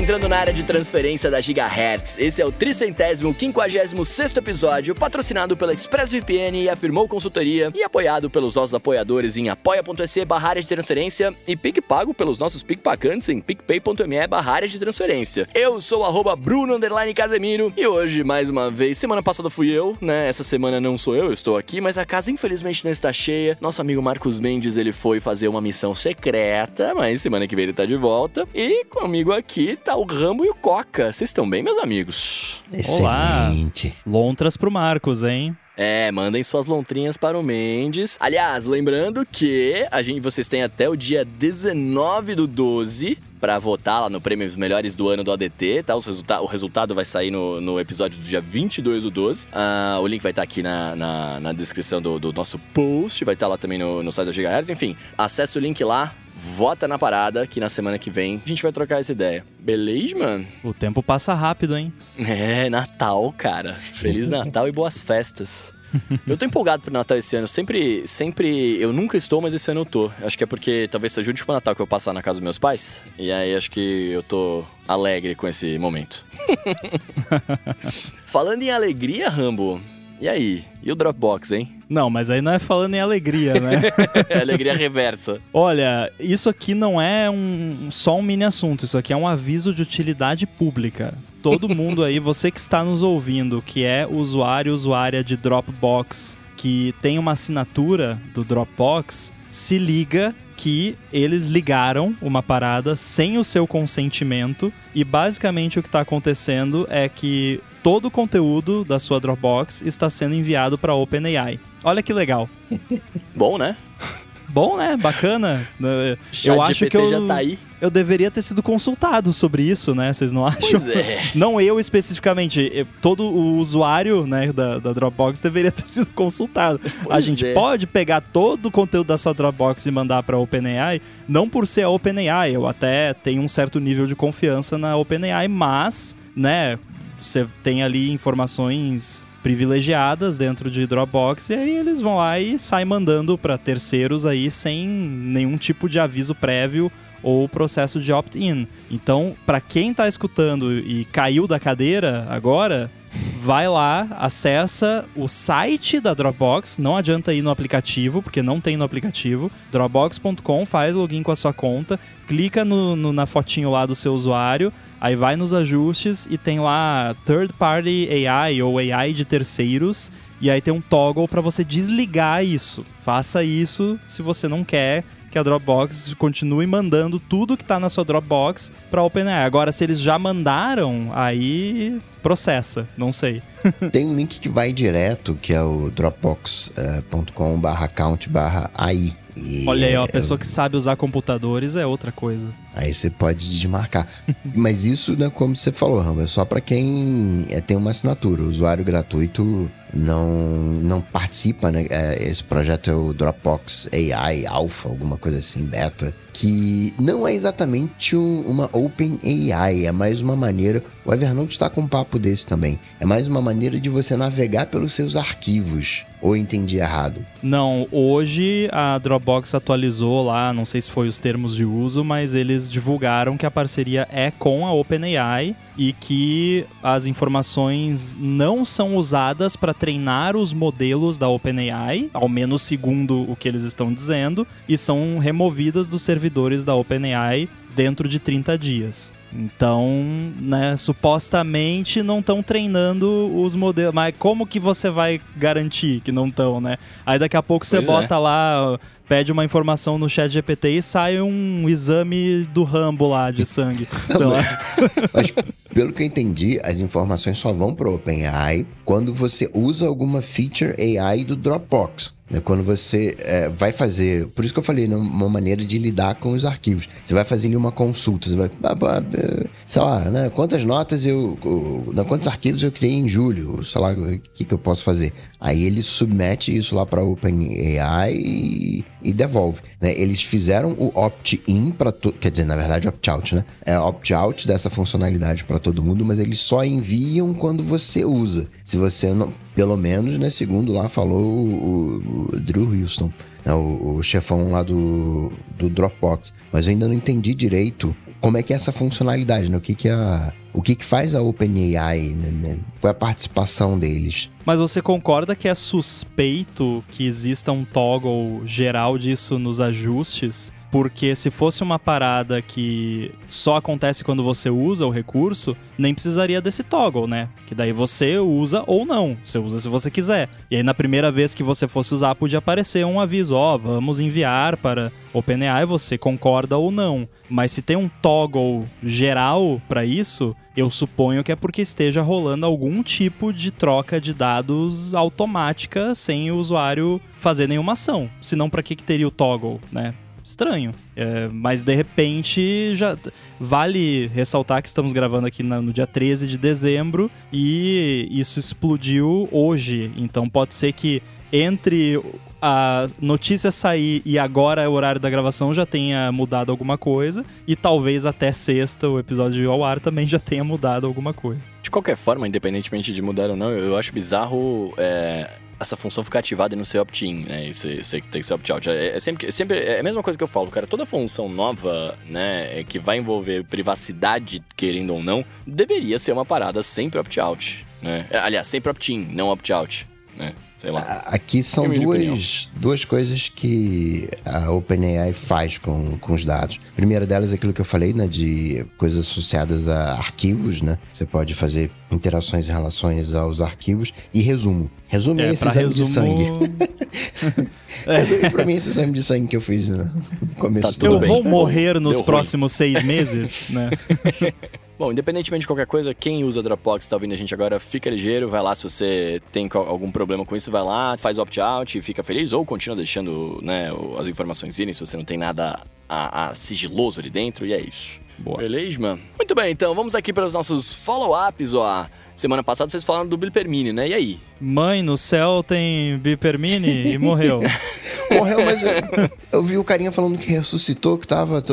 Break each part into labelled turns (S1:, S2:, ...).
S1: entrando na área de transferência da Gigahertz. Esse é o 356º episódio, patrocinado pela ExpressVPN e Afirmou Consultoria e apoiado pelos nossos apoiadores em apoia.se/área de transferência e PicPago pelos nossos PicPacantes em picpay.me/área de transferência. Eu sou @Bruno_Casemiro e hoje, mais uma vez, semana passada fui eu, né? Essa semana não sou eu estou aqui, mas a casa infelizmente não está cheia. Nosso amigo Marcos Mendes, ele foi fazer uma missão secreta, mas semana que vem ele tá de volta. E comigo aqui tá o Rambo e o Coca. Vocês estão bem, meus amigos?
S2: Excelente.
S3: Olá. Lontras pro Marcos, hein?
S1: Mandem suas lontrinhas para o Mendes. Aliás, lembrando que vocês têm até o dia 19/12 para votar lá no Prêmio Os Melhores do Ano do ADT, tá? O resultado vai sair no episódio do dia 22/12. O link vai estar aqui na descrição do nosso post, vai estar lá também no site da Gigahertz. Enfim, acesse o link lá. Vota na parada, que na semana que vem a gente vai trocar essa ideia. Beleza, mano?
S3: O tempo passa rápido, hein?
S1: Natal, cara. Feliz Natal e boas festas. Eu tô empolgado pro Natal esse ano. Sempre, eu nunca estou, mas esse ano eu tô. Acho que é porque talvez seja o último Natal que eu passar na casa dos meus pais. E aí acho que eu tô alegre com esse momento. Falando em alegria, Rambo, e aí? E o Dropbox, hein?
S3: Não, mas aí não é falando em alegria, né?
S1: É alegria reversa.
S3: Olha, isso aqui não é só um mini assunto, isso aqui é um aviso de utilidade pública. Todo mundo aí, você que está nos ouvindo, que é usuária de Dropbox, que tem uma assinatura do Dropbox, se liga que eles ligaram uma parada sem o seu consentimento e basicamente o que está acontecendo é que todo o conteúdo da sua Dropbox está sendo enviado para a OpenAI. Olha que legal.
S1: Bom, né?
S3: Bom, né? Bacana.
S1: Eu acho que já tá aí.
S3: Eu deveria ter sido consultado sobre isso, né? Vocês não acham?
S1: Pois é.
S3: Não eu especificamente. Todo o usuário, né, da Dropbox deveria ter sido consultado. A gente pode pegar todo o conteúdo da sua Dropbox e mandar para a OpenAI, não por ser a OpenAI. Eu até tenho um certo nível de confiança na OpenAI, mas, né, você tem ali informações privilegiadas dentro de Dropbox e aí eles vão lá e saem mandando para terceiros aí sem nenhum tipo de aviso prévio ou processo de opt-in. Então, para quem tá escutando e caiu da cadeira agora, vai lá, acessa o site da Dropbox, não adianta ir no aplicativo, porque não tem no aplicativo, dropbox.com, faz login com a sua conta, clica na fotinho lá do seu usuário, aí vai nos ajustes e tem lá Third Party AI ou AI de terceiros, e aí tem um toggle para você desligar isso. Faça isso se você não quer que a Dropbox continue mandando tudo que tá na sua Dropbox pra OpenAI. Agora, se eles já mandaram, aí processa, não sei.
S2: Tem um link que vai direto, que é o dropbox.com/account/AI.
S3: Olha aí, ó, a pessoa que sabe usar computadores é outra coisa.
S2: Aí você pode desmarcar. Mas isso, né, como você falou, Rambo, é só para quem tem uma assinatura. O usuário gratuito não participa, né? Esse projeto é o Dropbox AI Alpha, alguma coisa assim, beta, que não é exatamente uma Open AI, é mais uma maneira... O Evernote está com um papo desse também. É mais uma maneira de você navegar pelos seus arquivos. Ou entendi errado?
S3: Não, hoje a Dropbox atualizou lá, não sei se foi os termos de uso, mas eles divulgaram que a parceria é com a OpenAI e que as informações não são usadas para treinar os modelos da OpenAI, ao menos segundo o que eles estão dizendo, e são removidas dos servidores da OpenAI dentro de 30 dias. Então, né, supostamente não estão treinando os modelos. Mas como que você vai garantir que não estão, né? Aí daqui a pouco você bota lá, pede uma informação no ChatGPT e sai um exame do Rambo lá, de sangue. Sei lá.
S2: Mas, pelo que eu entendi, as informações só vão para o OpenAI quando você usa alguma feature AI do Dropbox. Quando você vai fazer... Por isso que eu falei, uma maneira de lidar com os arquivos. Você vai fazer ali uma consulta, você vai... Sei lá, né? Quantas notas quantos arquivos eu criei em julho? Sei lá, o que eu posso fazer? Aí ele submete isso lá para OpenAI e devolve. Né? Eles fizeram o opt-in para... Quer dizer, na verdade, opt-out, né? É opt-out dessa funcionalidade para todo mundo, mas eles só enviam quando você usa. Se você não... Pelo menos, né? Segundo lá falou o Drew Houston, né, o chefão lá do Dropbox. Mas eu ainda não entendi direito como é que é essa funcionalidade, né? O que faz a OpenAI, né? Qual é a participação deles?
S3: Mas você concorda que é suspeito que exista um toggle geral disso nos ajustes? Porque se fosse uma parada que só acontece quando você usa o recurso, nem precisaria desse toggle, né? Que daí você usa ou não. Você usa se você quiser. E aí na primeira vez que você fosse usar, podia aparecer um aviso. Vamos enviar para OpenAI, você concorda ou não. Mas se tem um toggle geral para isso, eu suponho que é porque esteja rolando algum tipo de troca de dados automática sem o usuário fazer nenhuma ação. Senão, para que teria o toggle, né? Estranho, mas de repente já vale ressaltar que estamos gravando aqui no dia 13 de dezembro e isso explodiu hoje, então pode ser que entre a notícia sair e agora o horário da gravação já tenha mudado alguma coisa e talvez até sexta o episódio ao ar também já tenha mudado alguma coisa.
S1: De qualquer forma, independentemente de mudar ou não, eu acho bizarro essa função ficar ativada e não ser opt-in, né? E você tem que ser opt-out. Sempre é a mesma coisa que eu falo, cara. Toda função nova, né, que vai envolver privacidade, querendo ou não, deveria ser uma parada sempre opt-out, né? Aliás, sempre opt-in, não opt-out, né? Sei lá.
S2: Aqui são duas coisas que a OpenAI faz com os dados. A primeira delas é aquilo que eu falei, né, de coisas associadas a arquivos, né? Você pode fazer interações em relação aos arquivos e resumo. Resumo é esse exame de sangue. Resume pra mim esse exame de sangue que eu fiz no começo do
S3: ano. Eu vou morrer nos próximos 6 meses, né?
S1: Bom, independentemente de qualquer coisa, quem usa Dropbox tá ouvindo a gente agora, fica ligeiro, vai lá se você tem algum problema com isso, vai lá, faz opt-out e fica feliz, ou continua deixando, né, as informações irem se você não tem nada sigiloso ali dentro, e é isso. Boa. Beleza, mano? Muito bem, então, vamos aqui para os nossos follow-ups, ó. Semana passada vocês falaram do Beeper Mini, né? E aí?
S3: Mãe, no céu tem Beeper Mini e morreu.
S2: Morreu, mas eu vi o carinha falando que ressuscitou, que tava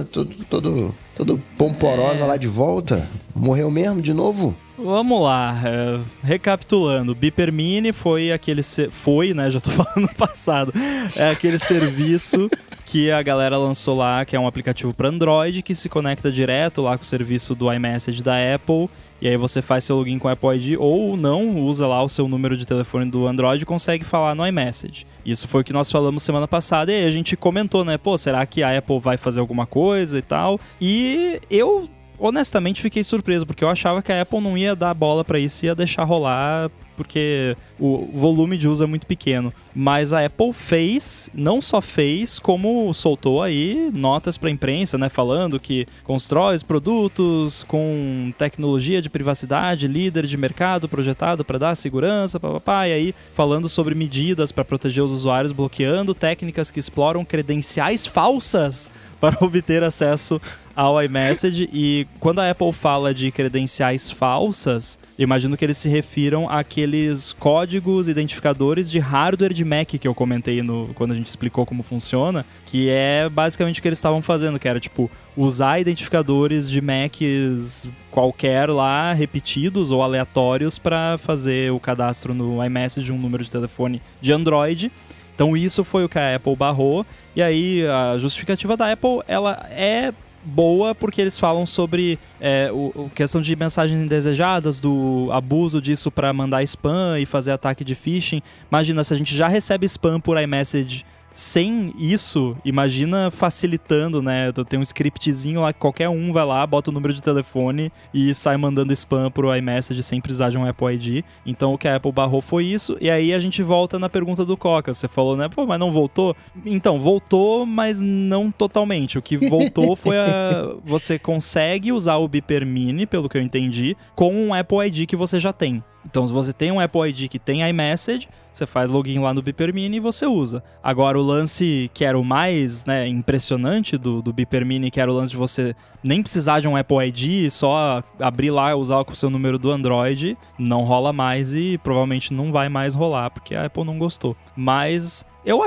S2: todo pomporosa lá de volta. Morreu mesmo, de novo?
S3: Vamos lá, recapitulando, o Beeper Mini foi aquele... né, já tô falando no passado. É aquele serviço que a galera lançou lá, que é um aplicativo para Android, que se conecta direto lá com o serviço do iMessage da Apple. E aí você faz seu login com o Apple ID ou não, usa lá o seu número de telefone do Android e consegue falar no iMessage. Isso foi o que nós falamos semana passada e aí a gente comentou, né? Pô, será que a Apple vai fazer alguma coisa e tal? E eu... honestamente fiquei surpreso, porque eu achava que a Apple não ia dar bola pra isso e ia deixar rolar, porque o volume de uso é muito pequeno. Mas a Apple fez, não só fez, como soltou aí notas pra imprensa, né, falando que constrói os produtos com tecnologia de privacidade, líder de mercado projetado para dar segurança, papapá, e aí falando sobre medidas para proteger os usuários, bloqueando técnicas que exploram credenciais falsas para obter acesso ao iMessage. E quando a Apple fala de credenciais falsas, eu imagino que eles se refiram àqueles códigos identificadores de hardware de Mac que eu comentei quando a gente explicou como funciona, que é basicamente o que eles estavam fazendo, que era tipo usar identificadores de Macs qualquer lá, repetidos ou aleatórios, para fazer o cadastro no iMessage de um número de telefone de Android. Então isso foi o que a Apple barrou. E aí a justificativa da Apple, ela é boa porque eles falam sobre questão de mensagens indesejadas, do abuso disso para mandar spam e fazer ataque de phishing. Imagina, se a gente já recebe spam por iMessage sem isso, imagina facilitando, né? Tem um scriptzinho lá que qualquer um vai lá, bota o número de telefone e sai mandando spam pro iMessage sem precisar de um Apple ID. Então o que a Apple barrou foi isso. E aí a gente volta na pergunta do Coca. Você falou, né? Pô, mas não voltou? Então, voltou, mas não totalmente. O que voltou foi você consegue usar o Beeper Mini, pelo que eu entendi, com um Apple ID que você já tem. Então, se você tem um Apple ID que tem iMessage, você faz login lá no Beeper Mini e você usa. Agora, o lance que era o mais, né, impressionante do Beeper Mini, que era o lance de você nem precisar de um Apple ID, só abrir lá e usar com o seu número do Android, não rola mais e provavelmente não vai mais rolar, porque a Apple não gostou. Mas eu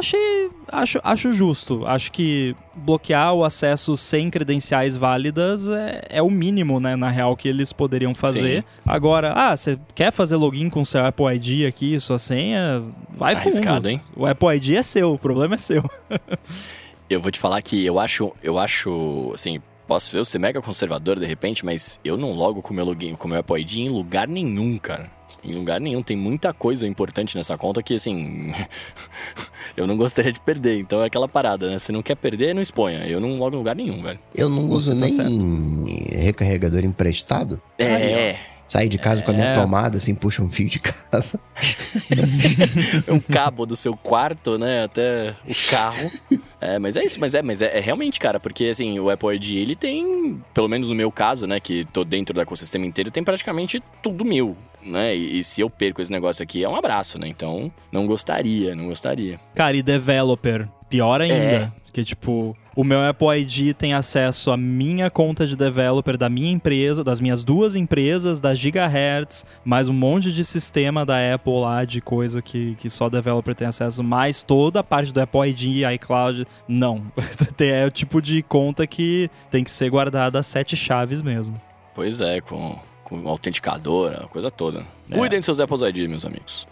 S3: acho justo. Acho que bloquear o acesso sem credenciais válidas é o mínimo, né, na real, que eles poderiam fazer. Sim. Agora, você quer fazer login com o seu Apple ID aqui, sua senha, vai fundo.
S1: Arriscado, hein?
S3: O Apple ID é seu, o problema é seu.
S1: Eu vou te falar que eu acho, assim, Posso ver, eu ser mega conservador de repente, mas eu não logo com o meu login, com o meu Apple ID em lugar nenhum, cara. Em lugar nenhum. Tem muita coisa importante nessa conta que, assim, eu não gostaria de perder. Então é aquela parada, né? Se não quer perder, não exponha. Eu não logo em lugar nenhum, velho.
S2: Eu não uso nem recarregador emprestado. Sair de casa com a minha tomada, assim, puxa um fio de casa.
S1: Um cabo do seu quarto, né, até o carro. Mas é isso, mas é realmente, cara, porque, assim, o Apple ID, ele tem, pelo menos no meu caso, né, que tô dentro do ecossistema inteiro, tem praticamente tudo meu, né, e se eu perco esse negócio aqui, é um abraço, né, então não gostaria.
S3: Cara, e developer, pior ainda, que, tipo... O meu Apple ID tem acesso à minha conta de developer da minha empresa, das minhas 2 empresas, da Gigahertz, mais um monte de sistema da Apple lá, de coisa que só developer tem acesso, mais toda a parte do Apple ID, iCloud, não. É o tipo de conta que tem que ser guardada a 7 chaves mesmo.
S1: Pois é, com autenticador, a coisa toda. Cuidem dos seus Apple ID, meus amigos.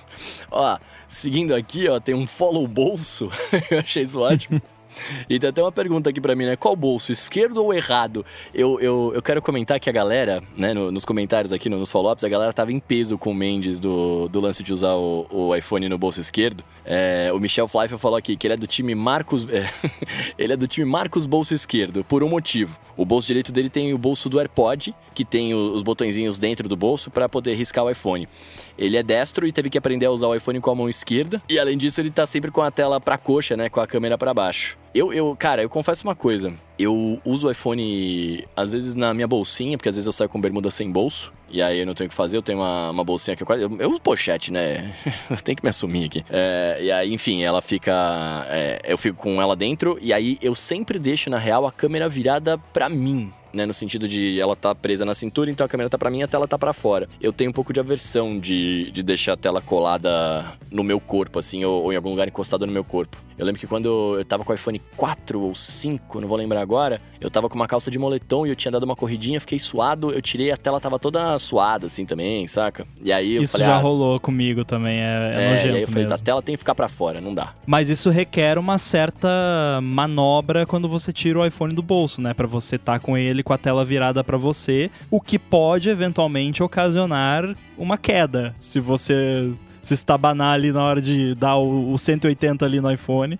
S1: Ó, seguindo aqui, ó, tem um follow bolso, eu achei isso ótimo. E tem até uma pergunta aqui pra mim, né? Qual bolso? Esquerdo ou errado? Eu quero comentar que a galera, né, nos comentários aqui, nos follow-ups, a galera tava em peso com o Mendes do lance de usar o iPhone no bolso esquerdo. O Michel Fleifel falou aqui que ele é do time Marcos... ele é do time Marcos Bolso Esquerdo, por um motivo. O bolso direito dele tem o bolso do AirPod, que tem os botõezinhos dentro do bolso pra poder riscar o iPhone. Ele é destro e teve que aprender a usar o iPhone com a mão esquerda. E além disso, ele tá sempre com a tela pra coxa, né? Com a câmera pra baixo. Cara, eu confesso uma coisa. Eu uso o iPhone, às vezes, na minha bolsinha, porque às vezes eu saio com bermuda sem bolso. E aí eu não tenho o que fazer, eu tenho uma bolsinha que eu uso pochete, né? Eu tenho que me assumir aqui. E aí, enfim, ela fica... eu fico com ela dentro, e aí eu sempre deixo, na real, a câmera virada pra mim. Né, no sentido de ela tá presa na cintura, então a câmera tá pra mim e a tela tá pra fora. Eu tenho um pouco de aversão de deixar a tela colada no meu corpo, assim, ou em algum lugar encostado no meu corpo. Eu lembro que quando eu tava com o iPhone 4 ou 5, não vou lembrar agora, eu tava com uma calça de moletom e eu tinha dado uma corridinha, fiquei suado, eu tirei, a tela tava toda suada, assim, também, saca? E aí eu falei...
S3: Isso já rolou comigo também, é nojento
S1: e aí eu falei,
S3: mesmo.
S1: a tela tem que ficar pra fora, não dá.
S3: Mas isso requer uma certa manobra quando você tira o iPhone do bolso, né? Pra você tá com ele com a tela virada pra você, o que pode eventualmente ocasionar uma queda, se você se estabanar ali na hora de dar o 180 ali no iPhone.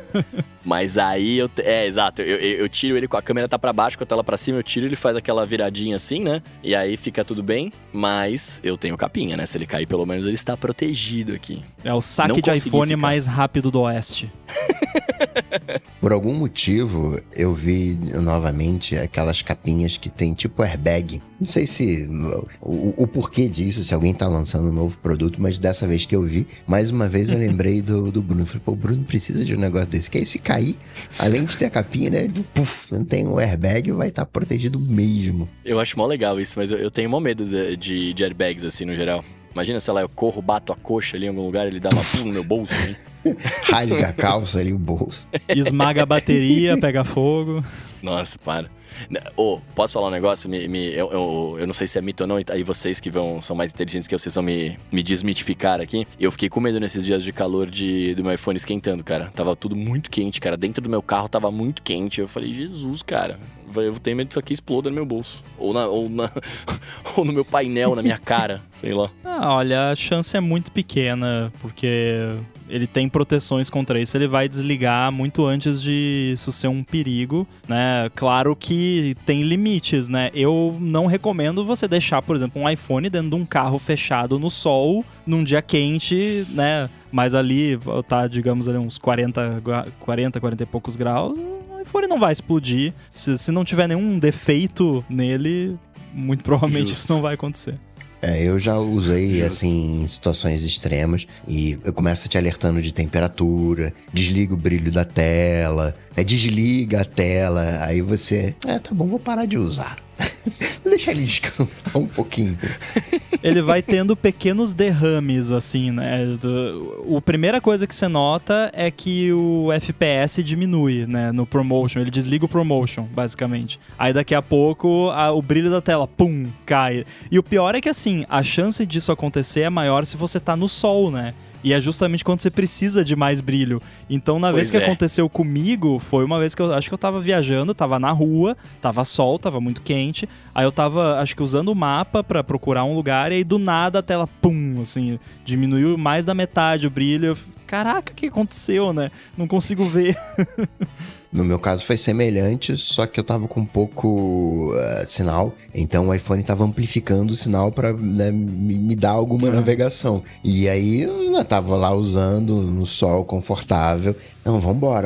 S1: Mas aí exato, eu tiro ele com a câmera tá pra baixo, com a tela pra cima, eu tiro, ele faz aquela viradinha assim, né? E aí fica tudo bem, mas eu tenho capinha, né? Se ele cair, pelo menos ele está protegido aqui.
S3: É o saque de iPhone mais rápido do Oeste.
S2: Por algum motivo, eu vi novamente aquelas capinhas que tem tipo airbag. Não sei se o porquê disso, se alguém tá lançando um novo produto, mas dessa vez que eu vi, mais uma vez eu lembrei do Bruno. Falei, pô, o Bruno precisa de um negócio desse. Que aí se cair, além de ter a capinha, né? Não tem um airbag, vai estar protegido mesmo.
S1: Eu acho mó legal isso, mas eu tenho mó medo de airbags, assim, no geral. Imagina, sei lá, eu corro, bato a coxa ali em algum lugar, ele dá uma pum no meu bolso, né?
S2: Rasga a calça ali, o bolso.
S3: Esmaga a bateria, pega fogo.
S1: Nossa, para. Posso falar um negócio? Eu não sei se é mito ou não, aí vocês que são mais inteligentes que eu, vocês vão me desmitificar aqui. Eu fiquei com medo nesses dias de calor do meu iPhone esquentando, cara. Tava tudo muito quente, cara. Dentro do meu carro tava muito quente. Eu falei, Jesus, cara, eu tenho medo disso aqui exploda no meu bolso. Ou no meu painel, na minha cara, sei lá.
S3: Olha, a chance é muito pequena, porque ele tem proteções contra isso, ele vai desligar muito antes de isso ser um perigo, né? Claro que tem limites, né? Eu não recomendo você deixar, por exemplo, um iPhone dentro de um carro fechado no sol, num dia quente, né? Mas ali, tá, digamos, ali uns 40 e poucos graus, o iPhone não vai explodir. Se não tiver nenhum defeito nele, muito provavelmente isso não vai acontecer.
S2: Eu já usei, assim, em situações extremas e eu começo te alertando de temperatura, desliga o brilho da tela, desliga a tela, aí você, tá bom, vou parar de usar. Deixa ele descansar um pouquinho.
S3: Ele vai tendo pequenos derrames, assim, né? A primeira coisa que você nota é que o FPS diminui, né? No ProMotion. Ele desliga o ProMotion, basicamente. Aí daqui a pouco, o brilho da tela, pum, cai. E o pior é que, assim, a chance disso acontecer é maior se você tá no sol, né? E é justamente quando você precisa de mais brilho. Então, na vez que aconteceu comigo, foi uma vez que eu acho que eu tava viajando, tava na rua, tava sol, tava muito quente. Aí eu tava, acho que usando o mapa pra procurar um lugar, e aí do nada a tela, pum, assim, diminuiu mais da metade o brilho. Caraca, o que aconteceu, né? Não consigo ver.
S2: No meu caso foi semelhante, só que eu tava com pouco sinal, então o iPhone tava amplificando o sinal pra, né, me dar alguma navegação. E aí eu tava lá usando no sol confortável. Não, vambora.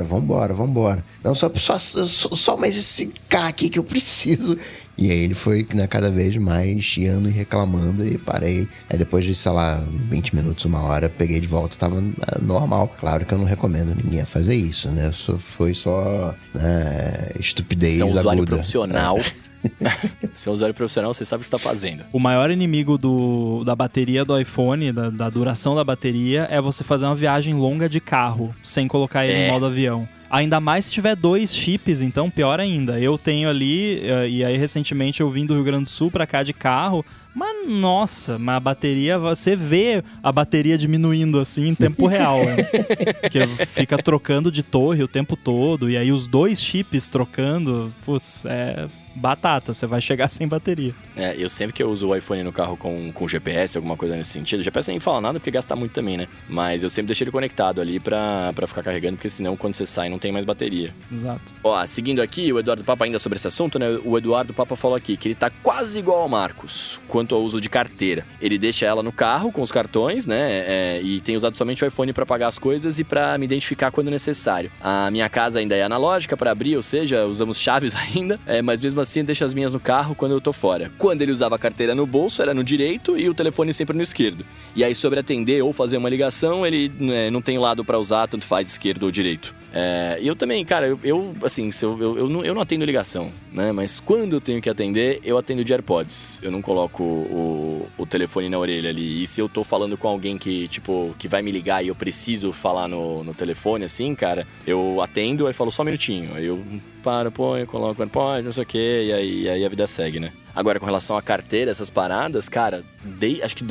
S2: Não, só mais esse K aqui que eu preciso. E aí ele foi, né, cada vez mais chiando e reclamando e parei. Aí depois de, sei lá, 20 minutos, 1 hora, peguei de volta, tava normal. Claro que eu não recomendo ninguém a fazer isso, né? Foi só estupidez aguda.
S1: Você é um usuário profissional. Se é um usuário profissional, você sabe o que está fazendo.
S3: O maior inimigo da bateria do iPhone, da duração da bateria, é você fazer uma viagem longa de carro, sem colocar ele em modo avião. Ainda mais se tiver 2 chips, então pior ainda. Eu tenho ali, e aí recentemente eu vim do Rio Grande do Sul pra cá de carro, mas nossa, mas a bateria, você vê a bateria diminuindo assim em tempo real, né? Porque fica trocando de torre o tempo todo, e aí os 2 chips trocando, putz, batata, você vai chegar sem bateria.
S1: Eu sempre que eu uso o iPhone no carro com GPS, alguma coisa nesse sentido, o GPS nem fala nada porque gasta muito também, né? Mas eu sempre deixo ele conectado ali pra ficar carregando, porque senão quando você sai não tem mais bateria.
S3: Exato.
S1: Ó, seguindo aqui, o Eduardo Papa ainda sobre esse assunto, né? O Eduardo Papa falou aqui que ele tá quase igual ao Marcos quanto ao uso de carteira. Ele deixa ela no carro com os cartões, né? E tem usado somente o iPhone pra pagar as coisas e pra me identificar quando necessário. A minha casa ainda é analógica pra abrir, ou seja, usamos chaves ainda, mas mesmo assim deixa as minhas no carro quando eu tô fora. Quando ele usava a carteira no bolso, era no direito e o telefone sempre no esquerdo. E aí sobre atender ou fazer uma ligação, ele não tem lado pra usar, tanto faz esquerdo ou direito. E eu também, cara, eu não atendo ligação, né? Mas quando eu tenho que atender, eu atendo de AirPods. Eu não coloco o telefone na orelha ali. E se eu tô falando com alguém que vai me ligar e eu preciso falar no telefone, assim, cara, eu atendo, aí falo só um minutinho. Aí eu põe, coloco o AirPod, não sei o que, e aí a vida segue, né? Agora, com relação à carteira, essas paradas, cara, acho que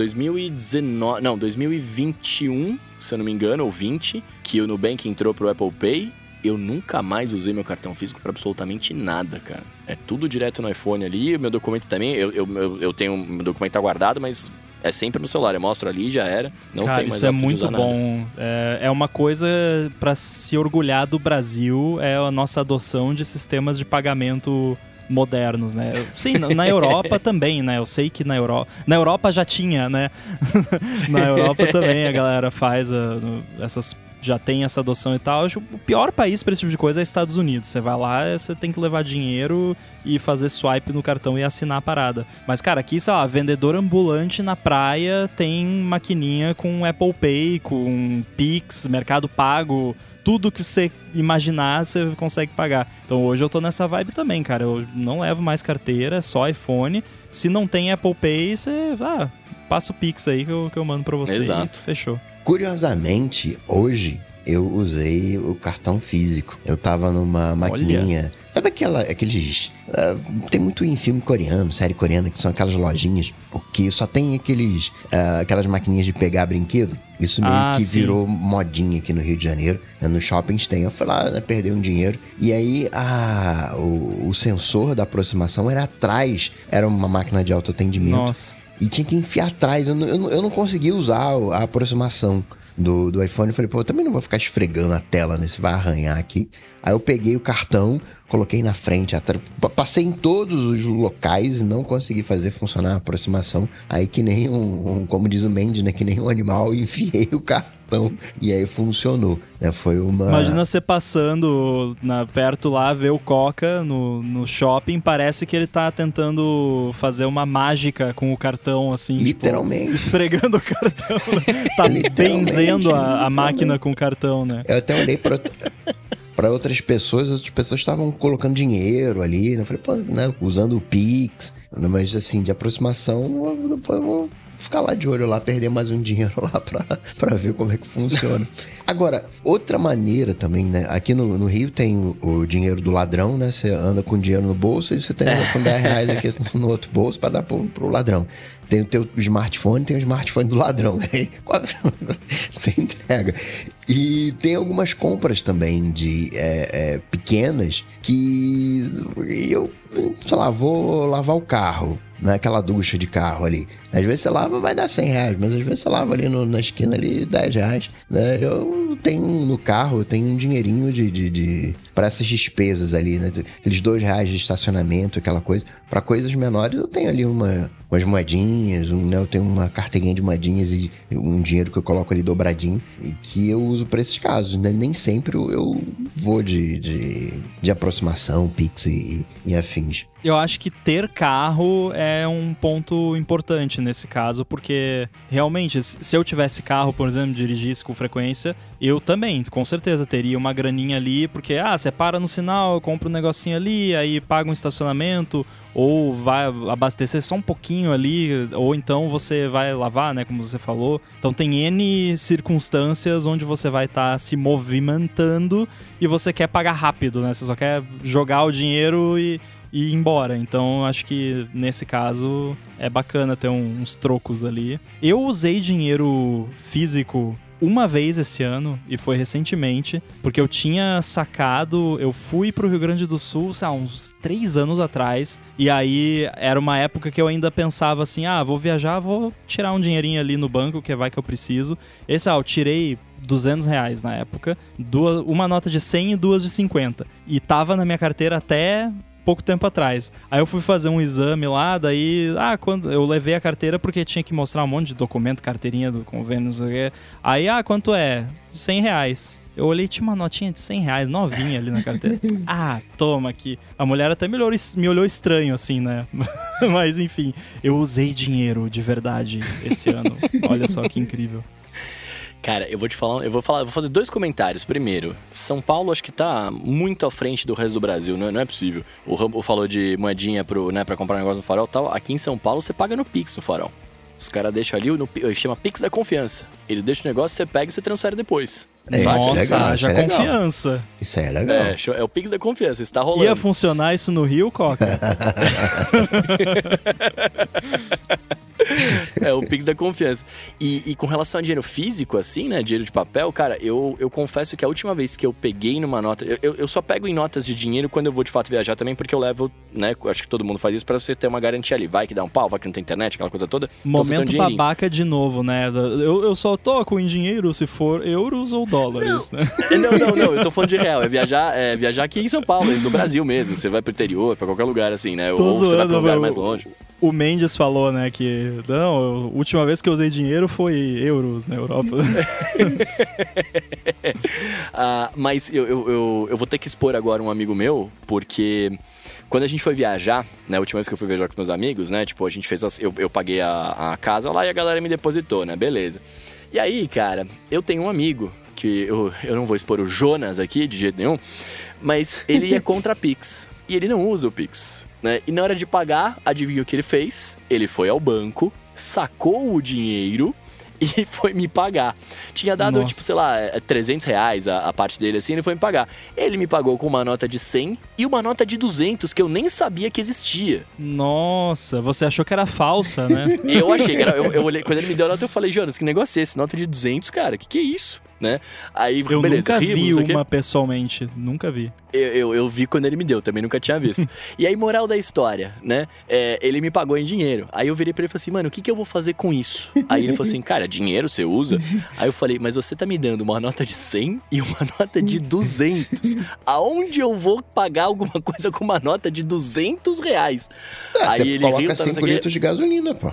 S1: 2021, se eu não me engano, ou 20, que o Nubank entrou pro Apple Pay, eu nunca mais usei meu cartão físico pra absolutamente nada, cara. É tudo direto no iPhone ali, o meu documento também, eu tenho o meu documento tá guardado, mas é sempre no celular, eu mostro ali, já era, não
S3: cara,
S1: tem mais
S3: isso é muito
S1: usar
S3: bom. É uma coisa pra se orgulhar do Brasil, é a nossa adoção de sistemas de pagamento modernos, né? Sim, na Europa também, né? Eu sei que na Europa já tinha, né? Na Europa também a galera faz já tem essa adoção e tal. Acho que o pior país para esse tipo de coisa é Estados Unidos. Você vai lá, você tem que levar dinheiro e fazer swipe no cartão e assinar a parada. Mas, cara, aqui, sei lá, vendedor ambulante na praia tem maquininha com Apple Pay, com Pix, Mercado Pago. Tudo que você imaginar, você consegue pagar. Então hoje eu tô nessa vibe também, cara. Eu não levo mais carteira, só iPhone. Se não tem Apple Pay, você passa o Pix aí que eu mando pra você.
S1: Exato.
S3: E fechou.
S2: Curiosamente, hoje eu usei o cartão físico. Eu tava numa maquininha... Sabe aqueles... tem muito em filme coreano, série coreana, que são aquelas lojinhas que só tem aquelas maquininhas de pegar brinquedo. Isso meio que virou modinha aqui no Rio de Janeiro. Né? No shoppings tem. Eu fui lá, né, perder um dinheiro. E aí, o sensor da aproximação era atrás. Era uma máquina de autoatendimento.
S3: Nossa.
S2: E tinha que enfiar atrás. Eu não conseguia usar a aproximação do iPhone. Eu falei, eu também não vou ficar esfregando a tela, né? Você vai arranhar aqui. Aí eu peguei o cartão, coloquei na frente, passei em todos os locais e não consegui fazer funcionar a aproximação. Aí que nem como diz o Mendes, né? Que nem um animal, enfiei o cartão e aí funcionou. Né? Foi uma...
S3: Imagina você passando perto lá, ver o Coca no shopping, parece que ele tá tentando fazer uma mágica com o cartão, assim.
S2: Literalmente.
S3: Tipo, esfregando o cartão. Tá benzendo a máquina com o cartão, né?
S2: Eu até olhei para outras pessoas estavam colocando dinheiro ali, né? Eu falei, né? Usando o Pix, mas assim, de aproximação, ficar lá de olho lá, perder mais um dinheiro lá pra ver como é que funciona. Agora, outra maneira também, né? Aqui no Rio tem o dinheiro do ladrão, né? Você anda com dinheiro no bolso e você tem com 10 reais aqui no outro bolso pra dar pro ladrão. Tem o teu smartphone, tem o smartphone do ladrão. Aí você entrega. E tem algumas compras também de pequenas que eu, sei lá, vou lavar o carro, naquela ducha de carro ali. Às vezes você lava, vai dar 100 reais, mas às vezes você lava ali na esquina ali 10 reais. Né? Eu tenho no carro, eu tenho um dinheirinho para essas despesas ali, né? Aqueles 2 reais de estacionamento, aquela coisa. Para coisas menores eu tenho ali umas moedinhas, né? Eu tenho uma carteirinha de moedinhas e um dinheiro que eu coloco ali dobradinho e que eu uso para esses casos, né? Nem sempre eu vou de aproximação, Pix e afins.
S3: Eu acho que ter carro é um ponto importante nesse caso, porque realmente, se eu tivesse carro, por exemplo, dirigisse com frequência, eu também, com certeza, teria uma graninha ali, porque, você para no sinal, compra um negocinho ali, aí paga um estacionamento, ou vai abastecer só um pouquinho ali, ou então você vai lavar, né, como você falou. Então tem N circunstâncias onde você vai estar se movimentando e você quer pagar rápido, né, você só quer jogar o dinheiro e ir embora. Então acho que nesse caso é bacana ter uns trocos ali. Eu usei dinheiro físico uma vez esse ano, e foi recentemente, porque eu tinha sacado, eu fui pro Rio Grande do Sul, sei lá, uns 3 anos atrás, e aí era uma época que eu ainda pensava assim, vou viajar, vou tirar um dinheirinho ali no banco, que vai que eu preciso. Eu tirei 200 reais na época, uma nota de 100 e 2 de 50, e tava na minha carteira até pouco tempo atrás. Aí eu fui fazer um exame lá, daí, quando eu levei a carteira porque tinha que mostrar um monte de documento, carteirinha do convênio, não sei o quê. Aí, quanto é? 100 reais. Eu olhei, tinha uma notinha de 100 reais, novinha ali na carteira. Toma aqui. A mulher até me olhou estranho, assim, né? Mas, enfim, eu usei dinheiro de verdade esse ano. Olha só que incrível.
S1: Cara, eu vou fazer 2 comentários. Primeiro, São Paulo acho que tá muito à frente do resto do Brasil, não é possível. O Rambo falou de moedinha pra comprar um negócio no farol e tal. Aqui em São Paulo você paga no Pix no farol. Os caras deixam ali, chama Pix da confiança. Ele deixa o negócio, você pega e você transfere depois.
S3: Nossa,
S2: legal,
S3: já confiança.
S2: Isso é legal.
S1: É o Pix da confiança, está rolando.
S3: Ia funcionar isso no Rio, Coca?
S1: É o Pix da confiança. E com relação a dinheiro físico, assim, né? Dinheiro de papel, cara, eu confesso que a última vez que eu peguei numa nota... Eu só pego em notas de dinheiro quando eu vou de fato viajar também, porque eu levo, né? Acho que todo mundo faz isso pra você ter uma garantia ali. Vai que dá um pau, vai que não tem internet, aquela coisa toda.
S3: Momento então, babaca de novo, né? Eu só toco em dinheiro se for euros ou dólares, né?
S1: Não, eu tô falando de real. É viajar aqui em São Paulo, no Brasil mesmo. Você vai pro interior, pra qualquer lugar, assim, né? Ou você vai pra um lugar mais longe.
S3: O Mendes falou, né, que a última vez que eu usei dinheiro foi euros na Europa.
S1: Mas eu vou ter que expor agora um amigo meu, porque quando a gente foi viajar, né, a última vez que eu fui viajar com meus amigos, né, tipo, a gente fez, eu paguei a casa lá e a galera me depositou, né, beleza. E aí, cara, eu tenho um amigo, que eu não vou expor o Jonas aqui de jeito nenhum, mas ele é contra Pix, e ele não usa o Pix, né, e na hora de pagar, adivinha o que ele fez? Ele foi ao banco, sacou o dinheiro e foi me pagar. Tinha dado, tipo, sei lá, 300 reais a parte dele, assim, ele foi me pagar. Ele me pagou com uma nota de 100 e uma nota de 200, que eu nem sabia que existia.
S3: Nossa, você achou que era falsa, né?
S1: Eu achei que era... Eu olhei, quando ele me deu a nota, eu falei, Jonas, que negócio é esse? Nota de 200, cara? Que é isso? Né? Aí,
S3: eu
S1: beleza,
S3: nunca vi uma pessoalmente, nunca vi.
S1: Eu vi quando ele me deu, também nunca tinha visto. E aí, moral da história, né? Ele me pagou em dinheiro. Aí eu virei pra ele e falei assim, mano, o que eu vou fazer com isso? Aí ele falou assim, cara, dinheiro você usa? Aí eu falei, mas você tá me dando uma nota de 100 e uma nota de 200. Aonde eu vou pagar alguma coisa com uma nota de 200 reais?
S2: Aí
S1: você
S2: ele coloca 5 litros de gasolina, pô.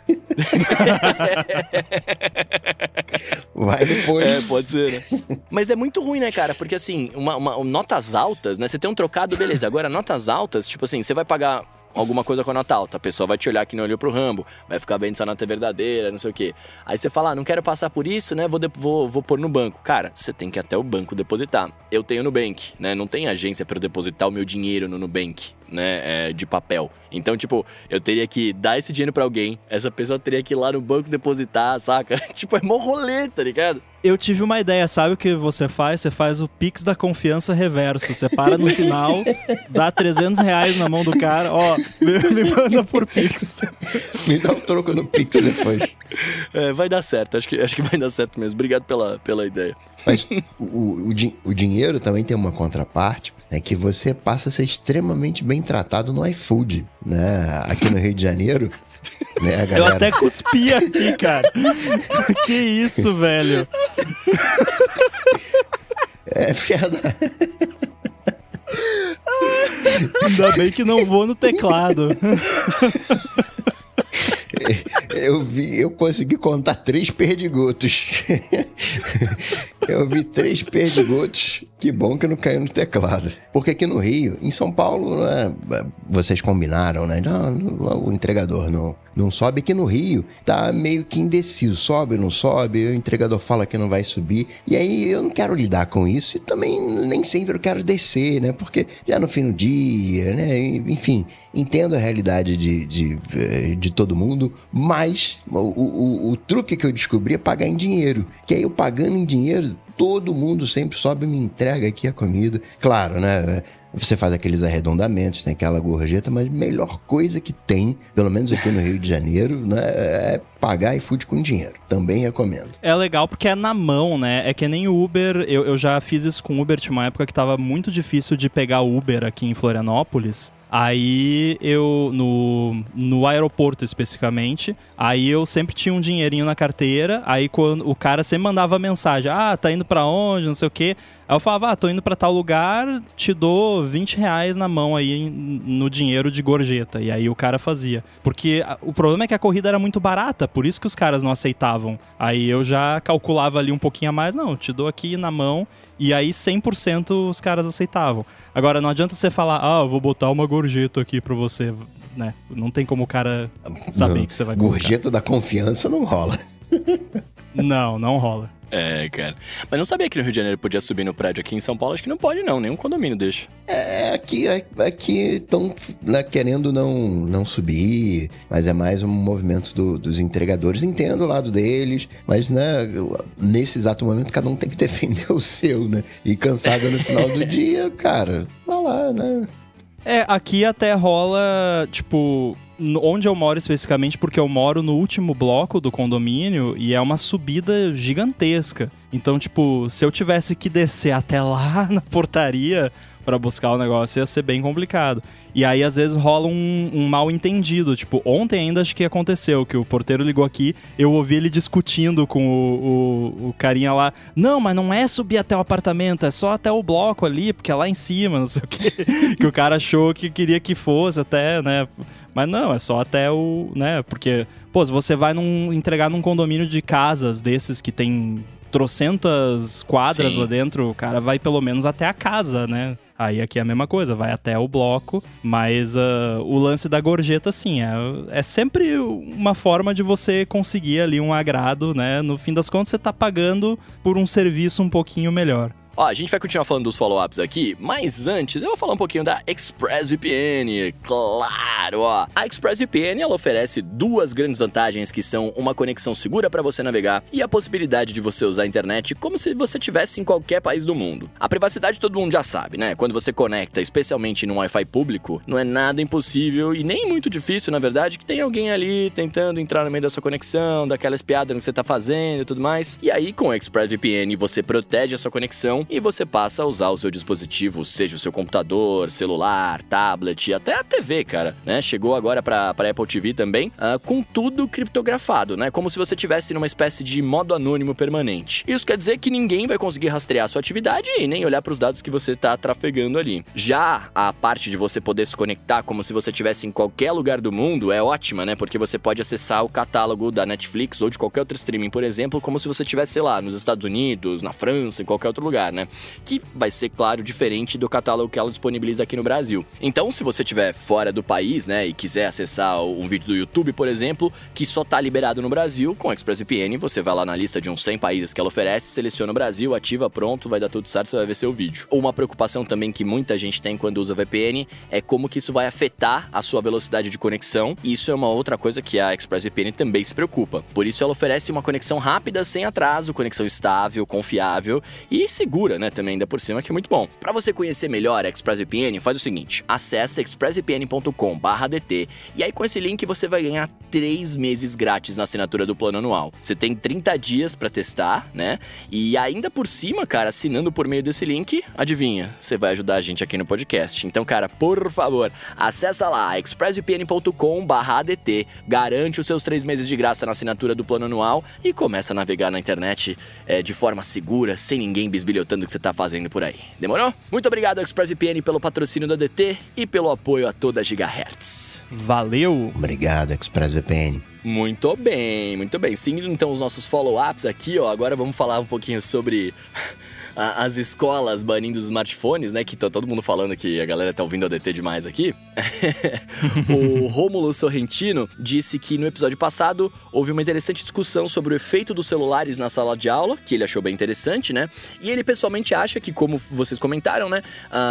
S2: Vai depois.
S1: Pode ser, né? Mas é muito ruim, né, cara? Porque assim, notas altas, né? Você tem um trocado, beleza. Agora, notas altas, tipo assim, você vai pagar alguma coisa com a nota alta, a pessoa vai te olhar que não olhou pro Rambo, vai ficar vendo se a nota é verdadeira, não sei o quê. Aí você fala, não quero passar por isso, né? Vou pôr no banco. Cara, você tem que ir até o banco depositar. Eu tenho Nubank, né? Não tem agência pra eu depositar o meu dinheiro no Nubank. né, de papel. Então, tipo, eu teria que dar esse dinheiro pra alguém, essa pessoa teria que ir lá no banco depositar, saca? Tipo, é mó rolê, tá ligado?
S3: Eu tive uma ideia, sabe o que você faz? Você faz o Pix da confiança reverso. Você para no sinal, dá R$300 na mão do cara, ó, me manda por Pix.
S2: Me dá um troco no Pix depois.
S1: Vai dar certo, acho que vai dar certo mesmo. Obrigado pela ideia.
S2: Mas o dinheiro também tem uma contraparte, né, que você passa a ser extremamente bem tratado no iFood, né? Aqui no Rio de Janeiro, né, a galera...
S3: Eu até cuspi aqui, cara. Que isso, velho?
S2: É verdade.
S3: Ainda bem que não vou no teclado.
S2: Eu consegui contar 3 perdigotos. Eu vi 3 perdigotos. Que bom que não caiu no teclado. Porque aqui no Rio, em São Paulo, né, vocês combinaram, né? Não, o entregador não sobe. Aqui no Rio, tá meio que indeciso. Sobe, não sobe. O entregador fala que não vai subir. E aí eu não quero lidar com isso. E também nem sempre eu quero descer, né? Porque já no fim do dia, né? Enfim, entendo a realidade de todo mundo. Mas o truque que eu descobri é pagar em dinheiro. Que aí eu pagando em dinheiro... Todo mundo sempre sobe e me entrega aqui a comida. Claro, né? Você faz aqueles arredondamentos, tem aquela gorjeta, mas a melhor coisa que tem, pelo menos aqui no Rio de Janeiro, né, é pagar iFood com dinheiro. Também recomendo.
S3: É legal porque é na mão, né? É que nem o Uber. Eu já fiz isso com o Uber, tinha uma época que tava muito difícil de pegar Uber aqui em Florianópolis. Aí eu, no aeroporto especificamente, aí eu sempre tinha um dinheirinho na carteira, aí quando o cara sempre mandava mensagem, tá indo pra onde, não sei o quê. Aí eu falava, tô indo pra tal lugar, te dou R$20 na mão aí no dinheiro de gorjeta. E aí o cara fazia. Porque o problema é que a corrida era muito barata, por isso que os caras não aceitavam. Aí eu já calculava ali um pouquinho a mais, não, te dou aqui na mão. E aí 100% os caras aceitavam. Agora, não adianta você falar, eu vou botar uma gorjeta aqui pra você, né? Não tem como o cara saber que você vai colocar.
S2: Gorjeta da confiança não rola.
S3: Não rola.
S1: É, cara. Mas não sabia que no Rio de Janeiro podia subir no prédio. Aqui em São Paulo acho que não pode não, nenhum condomínio deixa. Aqui estão, né, querendo não subir, mas é mais um movimento dos entregadores. Entendo o lado deles, mas, né, nesse exato momento cada um tem que defender o seu, né? E cansado no final do dia, cara, vai lá, né?
S3: Aqui até rola, tipo... Onde eu moro especificamente, porque eu moro no último bloco do condomínio e é uma subida gigantesca. Então, tipo, se eu tivesse que descer até lá na portaria pra buscar o negócio, ia ser bem complicado. E aí, às vezes, rola um mal entendido. Tipo, ontem ainda acho que aconteceu, que o porteiro ligou aqui, eu ouvi ele discutindo com o carinha lá. Não, mas não é subir até o apartamento, é só até o bloco ali, porque é lá em cima, não sei o quê. Que o cara achou que queria que fosse até, né... Mas não, é só até o... né? Porque, pô, se você vai entregar num condomínio de casas desses que tem trocentas quadras Sim. lá dentro, o cara vai pelo menos até a casa, né? Aí aqui é a mesma coisa, vai até o bloco, mas o lance da gorjeta, sim, é sempre uma forma de você conseguir ali um agrado, né? No fim das contas, você tá pagando por um serviço um pouquinho melhor.
S1: Ó, a gente vai continuar falando dos follow-ups aqui, mas antes eu vou falar um pouquinho da ExpressVPN, claro, ó. A ExpressVPN, ela oferece 2 grandes vantagens que são uma conexão segura para você navegar e a possibilidade de você usar a internet como se você estivesse em qualquer país do mundo. A privacidade todo mundo já sabe, né? Quando você conecta, especialmente num Wi-Fi público, não é nada impossível e nem muito difícil, na verdade, que tem alguém ali tentando entrar no meio da sua conexão, daquela espiada no que você tá fazendo e tudo mais. E aí, com a ExpressVPN, você protege a sua conexão e você passa a usar o seu dispositivo, seja o seu computador, celular, tablet, até a TV, cara, né? Chegou agora pra Apple TV também, com tudo criptografado, né? Como se você estivesse numa espécie de modo anônimo permanente. Isso quer dizer que ninguém vai conseguir rastrear a sua atividade e nem olhar pros dados que você tá trafegando ali. Já a parte de você poder se conectar como se você estivesse em qualquer lugar do mundo é ótima, né? Porque você pode acessar o catálogo da Netflix ou de qualquer outro streaming, por exemplo, como se você estivesse, sei lá, nos Estados Unidos, na França, em qualquer outro lugar, né? né? Que vai ser, claro, diferente do catálogo que ela disponibiliza aqui no Brasil. Então, se você estiver fora do país, né, e quiser acessar um vídeo do YouTube, por exemplo, que só tá liberado no Brasil, com a ExpressVPN, você vai lá na lista de uns 100 países que ela oferece, seleciona o Brasil, ativa, pronto, vai dar tudo certo, você vai ver seu vídeo. Uma preocupação também que muita gente tem quando usa VPN é como que isso vai afetar a sua velocidade de conexão, e isso é uma outra coisa que a ExpressVPN também se preocupa. Por isso ela oferece uma conexão rápida, sem atraso, conexão estável, confiável e segura, né, também ainda por cima, que é muito bom. Para você conhecer melhor a ExpressVPN, faz o seguinte, acessa expressvpn.com/dt e aí com esse link você vai ganhar 3 meses grátis na assinatura do plano anual. Você tem 30 dias para testar, né, e ainda por cima, cara, assinando por meio desse link, adivinha, você vai ajudar a gente aqui no podcast. Então, cara, por favor, acessa lá, expressvpn.com/dt, garante os seus 3 meses de graça na assinatura do plano anual e começa a navegar na internet de forma segura, sem ninguém bisbilhotando o que você tá fazendo por aí. Demorou? Muito obrigado, ExpressVPN, pelo patrocínio da DT e pelo apoio a toda a Gigahertz.
S3: Valeu!
S2: Obrigado, ExpressVPN.
S1: Muito bem, muito bem. Seguindo então os nossos follow-ups aqui, ó, agora vamos falar um pouquinho sobre as escolas banindo os smartphones, né, que tá todo mundo falando que a galera tá ouvindo a DT demais aqui. O Rômulo Sorrentino disse que no episódio passado houve uma interessante discussão sobre o efeito dos celulares na sala de aula, que ele achou bem interessante, né, e ele pessoalmente acha que, como vocês comentaram, né,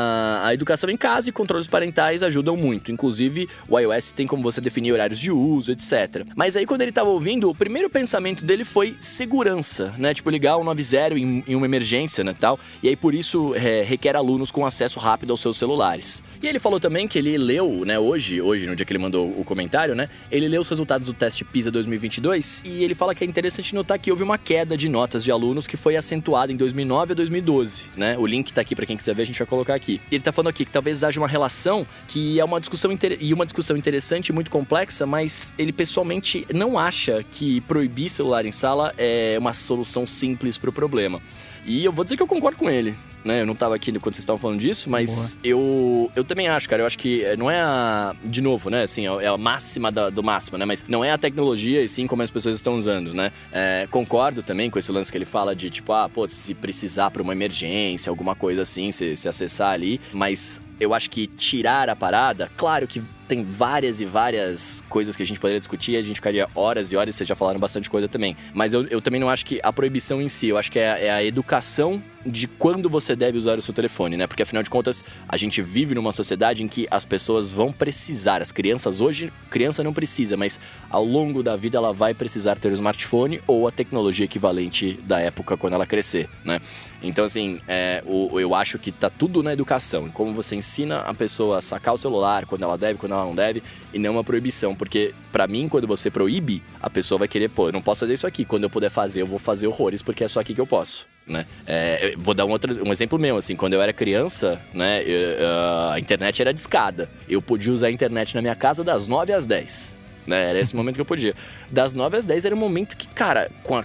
S1: a educação em casa e controles parentais ajudam muito, inclusive o iOS tem como você definir horários de uso, etc. Mas aí quando ele tava ouvindo, o primeiro pensamento dele foi segurança, né, tipo ligar o 90 em uma emergência, né, tal, e aí por isso requer alunos com acesso rápido aos seus celulares. E ele falou também que ele leu, né, hoje no dia que ele mandou o comentário, né, ele leu os resultados do teste PISA 2022 e ele fala que é interessante notar que houve uma queda de notas de alunos que foi acentuada em 2009 a 2012, né, o link tá aqui pra quem quiser ver, a gente vai colocar aqui. Ele tá falando aqui que talvez haja uma relação que é uma discussão interessante e muito complexa, mas ele pessoalmente não acha que proibir celular em sala é uma solução simples pro problema. E eu vou dizer que eu concordo com ele, né? Eu não tava aqui quando vocês estavam falando disso, mas eu também acho, cara. Eu acho que não é de novo, né? Assim, é a máxima do máximo, né? Mas não é a tecnologia e sim como as pessoas estão usando, né? Concordo também com esse lance que ele fala de, tipo, se precisar pra uma emergência, alguma coisa assim, se acessar ali. Mas eu acho que tirar a parada, claro que tem várias e várias coisas que a gente poderia discutir, a gente ficaria horas e horas, vocês já falaram bastante coisa também. Mas eu também não acho que a proibição em si, eu acho que é a educação de quando você deve usar o seu telefone, né? Porque afinal de contas, a gente vive numa sociedade em que as pessoas vão precisar, as crianças hoje, criança não precisa, mas ao longo da vida ela vai precisar ter o smartphone ou a tecnologia equivalente da época quando ela crescer, né? Então, assim, eu acho que tá tudo na educação, em como você ensina a pessoa a sacar o celular, quando ela deve, quando ela não deve, e não uma proibição, porque pra mim, quando você proíbe, a pessoa vai querer, eu não posso fazer isso aqui, quando eu puder fazer, eu vou fazer horrores, porque é só aqui que eu posso, né? Eu vou dar um exemplo meu, assim, quando eu era criança, né, a internet era discada, eu podia usar a internet na minha casa das 9 às 10. Né, era esse momento que eu podia. Das 9 às 10 era um momento que, cara, com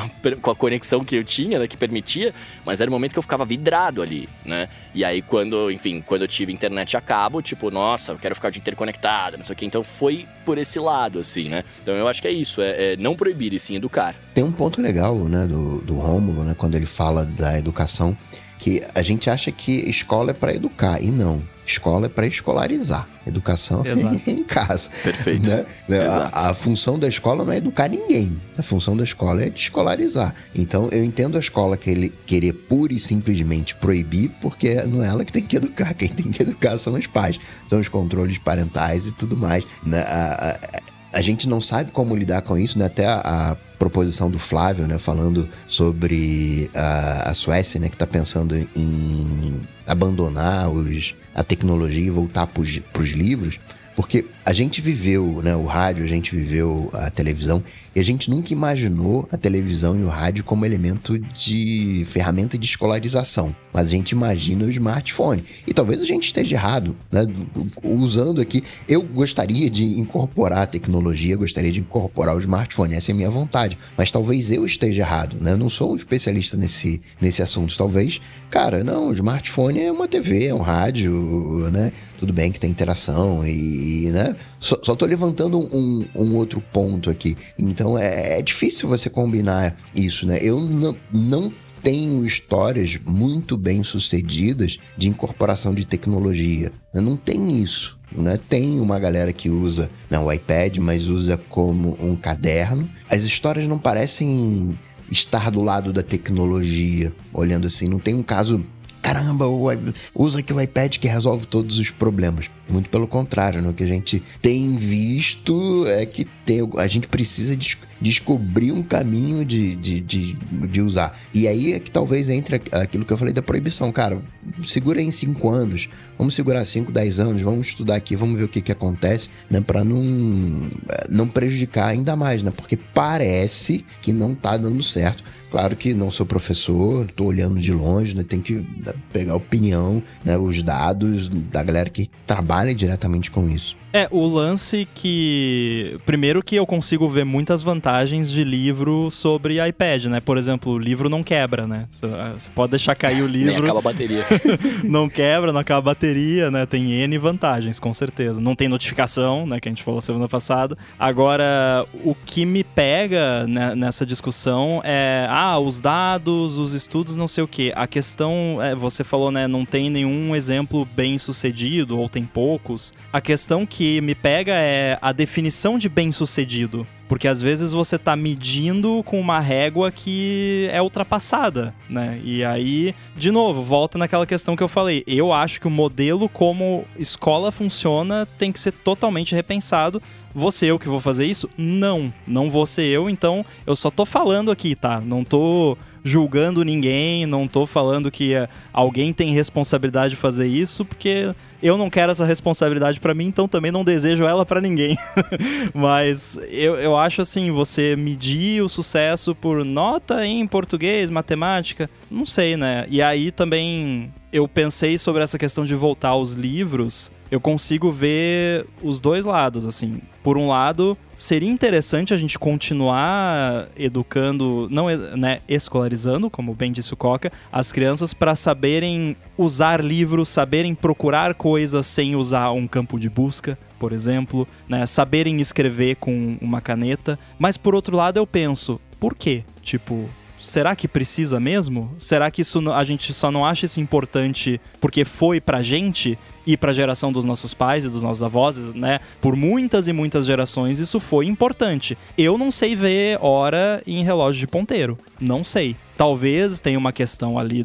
S1: a conexão que eu tinha, né, que permitia, mas era um momento que eu ficava vidrado ali, né? E aí quando eu tive internet a cabo, tipo, nossa, eu quero ficar o dia inteiro conectado, não sei o que. Então foi por esse lado, assim, né? Então eu acho que é isso, é não proibir e sim educar.
S2: Tem um ponto legal, né, do Rômulo, né, quando ele fala da educação, que a gente acha que escola é para educar, e não. Escola é para escolarizar. Educação é em casa.
S1: Perfeito.
S2: Né? A função da escola não é educar ninguém. A função da escola é escolarizar. Então, eu entendo a escola querer pura e simplesmente proibir, porque não é ela que tem que educar. Quem tem que educar são os pais. São os controles parentais e tudo mais. A gente não sabe como lidar com isso, né? Até a proposição do Flávio, né? Falando sobre a Suécia, né? Que está pensando em abandonar a tecnologia e voltar para os livros. Porque a gente viveu, né, o rádio, a gente viveu a televisão, e a gente nunca imaginou a televisão e o rádio como elemento de ferramenta de escolarização. Mas a gente imagina o smartphone. E talvez a gente esteja errado, né? Usando aqui, eu gostaria de incorporar a tecnologia, gostaria de incorporar o smartphone, essa é a minha vontade. Mas talvez eu esteja errado, né? Eu não sou um especialista nesse assunto. Talvez, cara, não, o smartphone é uma TV, é um rádio, né? Tudo bem que tem interação e né? Só tô levantando um outro ponto aqui. Então é difícil você combinar isso, né? Eu não tenho histórias muito bem sucedidas de incorporação de tecnologia. Não tem isso. Né? Tem uma galera que usa o iPad, mas usa como um caderno. As histórias não parecem estar do lado da tecnologia, olhando assim. Não tem um caso, caramba, usa aqui o iPad que resolve todos os problemas. Muito pelo contrário, né? O que a gente tem visto é que a gente precisa descobrir um caminho de usar. E aí é que talvez entre aquilo que eu falei da proibição. Cara, segura aí em 5 anos, vamos segurar 5, 10 anos, vamos estudar aqui, vamos ver o que acontece, né? Para não prejudicar ainda mais, né? Porque parece que não tá dando certo. Claro que não sou professor, tô olhando de longe, né? Tem que pegar a opinião, né? Os dados da galera que trabalha diretamente com isso.
S3: O lance que... Primeiro que eu consigo ver muitas vantagens de livro sobre iPad, né? Por exemplo, o livro não quebra, né? Você pode deixar cair o livro...
S1: Nem acaba a bateria.
S3: Não quebra, não acaba a bateria, né? Tem N vantagens, com certeza. Não tem notificação, né? Que a gente falou semana passada. Agora, o que me pega, né, nessa discussão é... os dados, os estudos, não sei o quê. A questão, você falou, né? Não tem nenhum exemplo bem sucedido, ou tem poucos. A questão que me pega é a definição de bem-sucedido. Porque às vezes você tá medindo com uma régua que é ultrapassada, né? E aí, de novo, volta naquela questão que eu falei. Eu acho que o modelo como escola funciona tem que ser totalmente repensado. Vou ser eu que vou fazer isso? Não vou ser eu, então eu só tô falando aqui, tá? Não tô julgando ninguém, não tô falando que alguém tem responsabilidade de fazer isso, porque eu não quero essa responsabilidade pra mim, então também não desejo ela pra ninguém. Mas eu acho assim, você medir o sucesso por nota em português, matemática, não sei, né? E aí também eu pensei sobre essa questão de voltar aos livros, eu consigo ver os dois lados, assim. Por um lado, seria interessante a gente continuar educando, não, né, escolarizando, como bem disse o Coca, as crianças para saberem usar livros, saberem procurar coisas sem usar um campo de busca, por exemplo, né, saberem escrever com uma caneta. Mas por outro lado eu penso, por quê? Tipo, será que precisa mesmo? Será que isso a gente só não acha isso importante porque foi pra gente e pra geração dos nossos pais e dos nossos avós, né? Por muitas e muitas gerações isso foi importante. Eu não sei ver hora em relógio de ponteiro. Não sei. Talvez tenha uma questão ali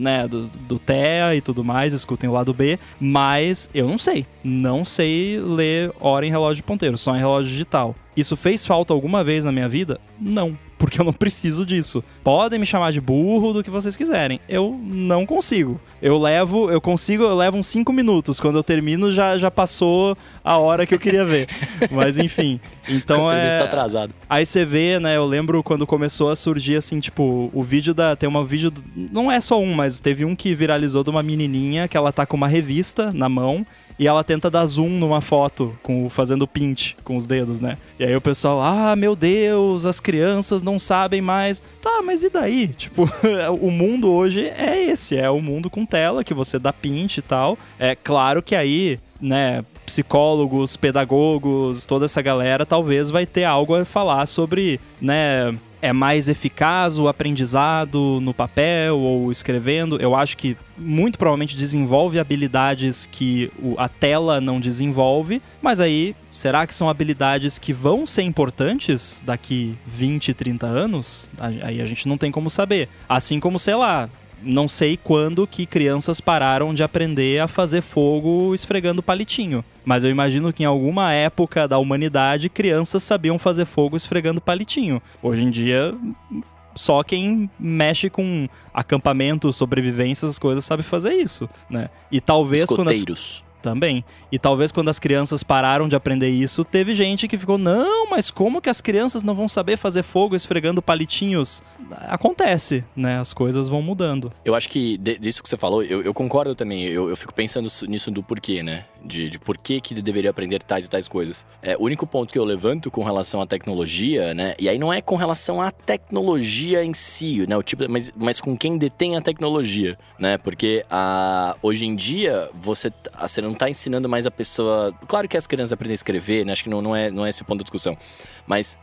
S3: do TEA e tudo mais, escutem o lado B, mas eu não sei. Não sei ler hora em relógio de ponteiro, só em relógio digital. Isso fez falta alguma vez na minha vida? Não, porque eu não preciso disso. Podem me chamar de burro, do que vocês quiserem. Eu não consigo. Eu levo uns 5 minutos. Quando eu termino, já passou a hora que eu queria ver. Mas enfim, então
S1: tá atrasado.
S3: Aí você vê, né, eu lembro quando começou a surgir assim, tipo, o vídeo tem um vídeo, não é só um, mas teve um que viralizou de uma menininha que ela tá com uma revista na mão e ela tenta dar zoom numa foto, fazendo pinch com os dedos, né? E aí o pessoal, meu Deus, as crianças não sabem mais. Tá, mas e daí? Tipo, o mundo hoje é esse, é o mundo com tela, que você dá pinch e tal. É claro que aí, né, psicólogos, pedagogos, toda essa galera talvez vai ter algo a falar sobre, né, é mais eficaz o aprendizado no papel ou escrevendo. Eu acho que muito provavelmente desenvolve habilidades que a tela não desenvolve, mas aí, será que são habilidades que vão ser importantes daqui 20, 30 anos? Aí a gente não tem como saber. Assim como, sei lá, não sei quando que crianças pararam de aprender a fazer fogo esfregando palitinho. Mas eu imagino que em alguma época da humanidade, crianças sabiam fazer fogo esfregando palitinho. Hoje em dia, só quem mexe com acampamento, sobrevivência, essas coisas, sabe fazer isso, né? E talvez
S1: escoteiros.
S3: Também. E talvez quando as crianças pararam de aprender isso, teve gente que ficou, não, mas como que as crianças não vão saber fazer fogo esfregando palitinhos? Acontece, né? As coisas vão mudando.
S1: Eu acho que disso que você falou, eu concordo também. Eu fico pensando nisso do porquê, né? De por que deveria aprender tais e tais coisas. O único ponto que eu levanto com relação à tecnologia, né? E aí não é com relação à tecnologia em si, né? O tipo, mas com quem detém a tecnologia, né? Porque hoje em dia, você não tá ensinando mais a pessoa... Claro que as crianças aprendem a escrever, né? Acho que não é esse o ponto da discussão. Mas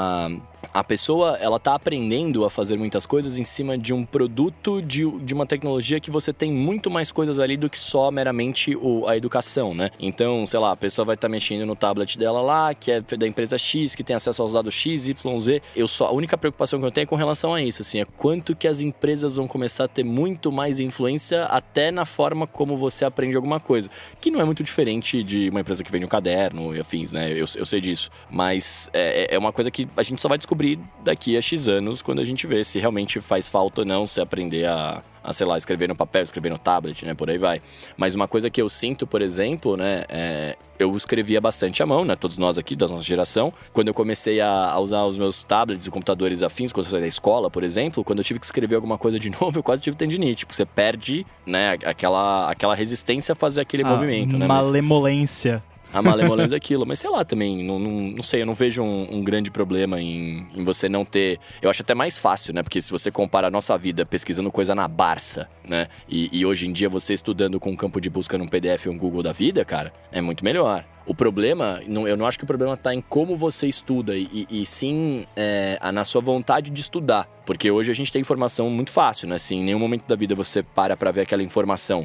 S1: a pessoa, ela tá aprendendo a fazer muitas coisas em cima de um produto, de uma tecnologia que você tem muito mais coisas ali do que só meramente a educação, né? Então, sei lá, a pessoa vai estar mexendo no tablet dela lá, que é da empresa X, que tem acesso aos dados X, Y, Z. A única preocupação que eu tenho é com relação a isso, assim, é quanto que as empresas vão começar a ter muito mais influência até na forma como você aprende alguma coisa. Que não é muito diferente de uma empresa que vende um caderno e afins, né? Eu sei disso. Mas é uma coisa que a gente só vai descobrir daqui a X anos, quando a gente vê se realmente faz falta ou não se aprender a sei lá, escrever no papel, escrever no tablet, né, por aí vai. Mas uma coisa que eu sinto, por exemplo, né, eu escrevia bastante à mão, né, todos nós aqui, da nossa geração. Quando eu comecei a usar os meus tablets e computadores afins, quando eu saí da escola, por exemplo, quando eu tive que escrever alguma coisa de novo, eu quase tive tendinite. Tipo, você perde, né, aquela resistência a fazer aquele movimento, né.
S3: Malemolência.
S1: A malemolência é aquilo, mas sei lá também, não sei, eu não vejo um grande problema em você não ter... Eu acho até mais fácil, né, porque se você compara a nossa vida pesquisando coisa na Barça, né, e hoje em dia você estudando com um campo de busca num PDF ou um Google da vida, cara, é muito melhor. O problema, eu não acho que o problema está em como você estuda e sim na sua vontade de estudar. Porque hoje a gente tem informação muito fácil, né? Se em nenhum momento da vida você para ver aquela informação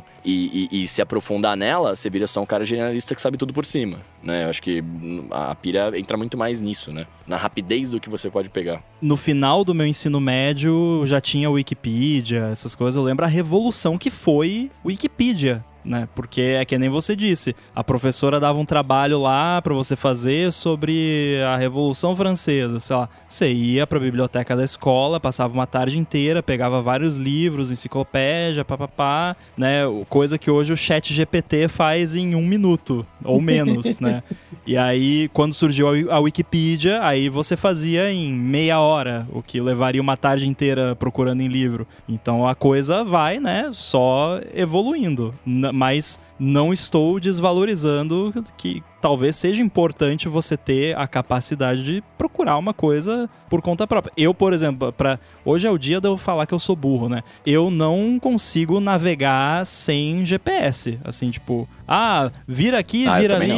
S1: e se aprofundar nela, você vira só um cara generalista que sabe tudo por cima, né? Eu acho que a pira entra muito mais nisso, né? Na rapidez do que você pode pegar.
S3: No final do meu ensino médio, já tinha Wikipedia, essas coisas. Eu lembro a revolução que foi Wikipedia, né? Porque é que nem você disse, a professora dava um trabalho lá pra você fazer sobre a Revolução Francesa, sei lá. Você ia pra biblioteca da escola, passava uma tarde inteira, pegava vários livros, enciclopédia, papapá, né? Coisa que hoje o ChatGPT faz em 1 minuto, ou menos, né? E aí, quando surgiu a Wikipedia, aí você fazia em meia hora, o que levaria uma tarde inteira procurando em livro. Então a coisa vai, né, só evoluindo. Mas não estou desvalorizando que talvez seja importante você ter a capacidade de procurar uma coisa por conta própria. Eu, por exemplo, hoje é o dia de eu falar que eu sou burro, né? Eu não consigo navegar sem GPS. Assim, tipo, vira aqui, vira ali.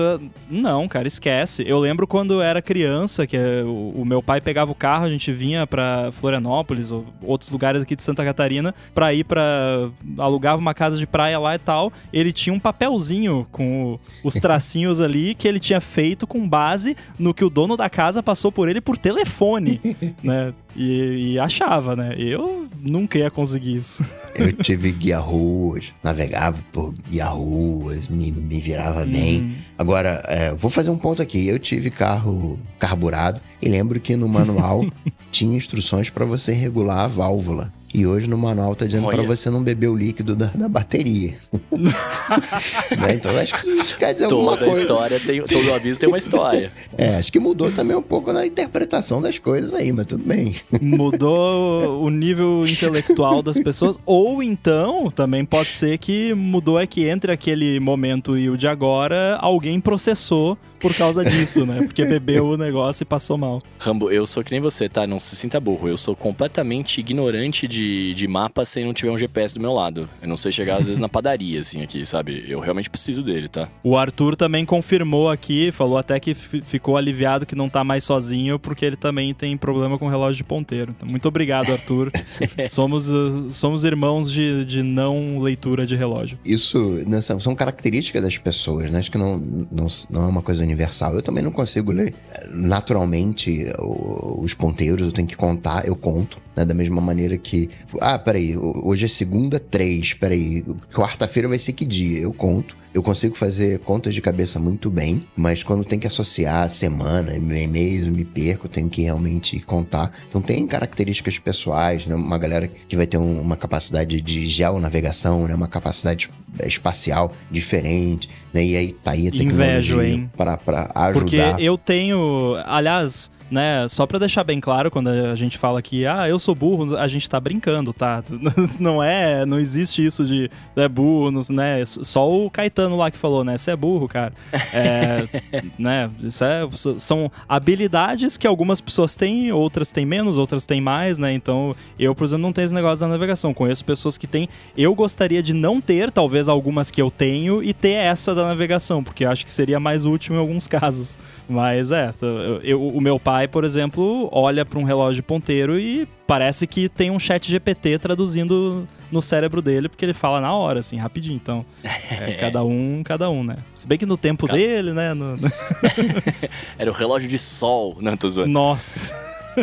S3: Não, cara, esquece. Eu lembro quando eu era criança, que o meu pai pegava o carro, a gente vinha pra Florianópolis ou outros lugares aqui de Santa Catarina pra ir alugava uma casa de praia lá e tal. Ele tinha um papelzinho com os tracinhos ali que ele tinha feito com base no que o dono da casa passou por ele por telefone, né? E achava, né? Eu nunca ia conseguir isso.
S2: Eu tive guia-ruas, navegava por guia-ruas, me virava bem. Agora, vou fazer um ponto aqui. Eu tive carro carburado e lembro que no manual tinha instruções para você regular a válvula. E hoje no manual tá dizendo para você não beber o líquido da bateria. Né? Então acho que isso quer dizer alguma coisa.
S1: Todo aviso tem uma história.
S2: Acho que mudou também um pouco na interpretação das coisas aí, mas tudo bem.
S3: Mudou o nível intelectual das pessoas, ou então também pode ser que mudou que entre aquele momento e o de agora, alguém processou por causa disso, né? Porque bebeu o negócio e passou mal.
S1: Rambo, eu sou que nem você, tá? Não se sinta burro. Eu sou completamente ignorante de mapa se não tiver um GPS do meu lado. Eu não sei chegar, às vezes, na padaria, assim, aqui, sabe? Eu realmente preciso dele, tá?
S3: O Arthur também confirmou aqui, falou até que ficou aliviado que não tá mais sozinho, porque ele também tem problema com relógio de ponteiro. Então, muito obrigado, Arthur. Somos irmãos de não leitura de relógio.
S2: Isso, né, são características das pessoas, né? Acho que não é uma coisa universal. Eu também não consigo ler. Naturalmente, os ponteiros eu tenho que contar, eu conto, né? Da mesma maneira que... peraí, hoje é segunda, 3, peraí, quarta-feira vai ser que dia? Eu conto. Eu consigo fazer contas de cabeça muito bem, mas quando tem que associar semana, mês, eu me perco, eu tenho que realmente contar. Então tem características pessoais, né? Uma galera que vai ter uma capacidade de geonavegação, né? Uma capacidade espacial diferente, né? E aí tá aí a tecnologia
S3: Invejo, hein?
S2: pra ajudar.
S3: Porque eu tenho... Aliás, né, só pra deixar bem claro, quando a gente fala que, eu sou burro, a gente tá brincando, tá? Não existe isso de burro, né? Só o Caetano lá que falou, né? Você é burro, cara. Né? São habilidades que algumas pessoas têm, outras têm menos, outras têm mais, né? Então, eu, por exemplo, não tenho esse negócio da navegação. Conheço pessoas que têm. Eu gostaria de não ter, talvez, algumas que eu tenho e ter essa da navegação, porque eu acho que seria mais útil em alguns casos. Mas o meu pai, por exemplo, olha para um relógio ponteiro e parece que tem um chat GPT traduzindo no cérebro dele, porque ele fala na hora, assim, rapidinho. Então, cada um, né? Se bem que no tempo dele, né?
S1: Era o relógio de sol, não tô zoando.
S3: Nossa...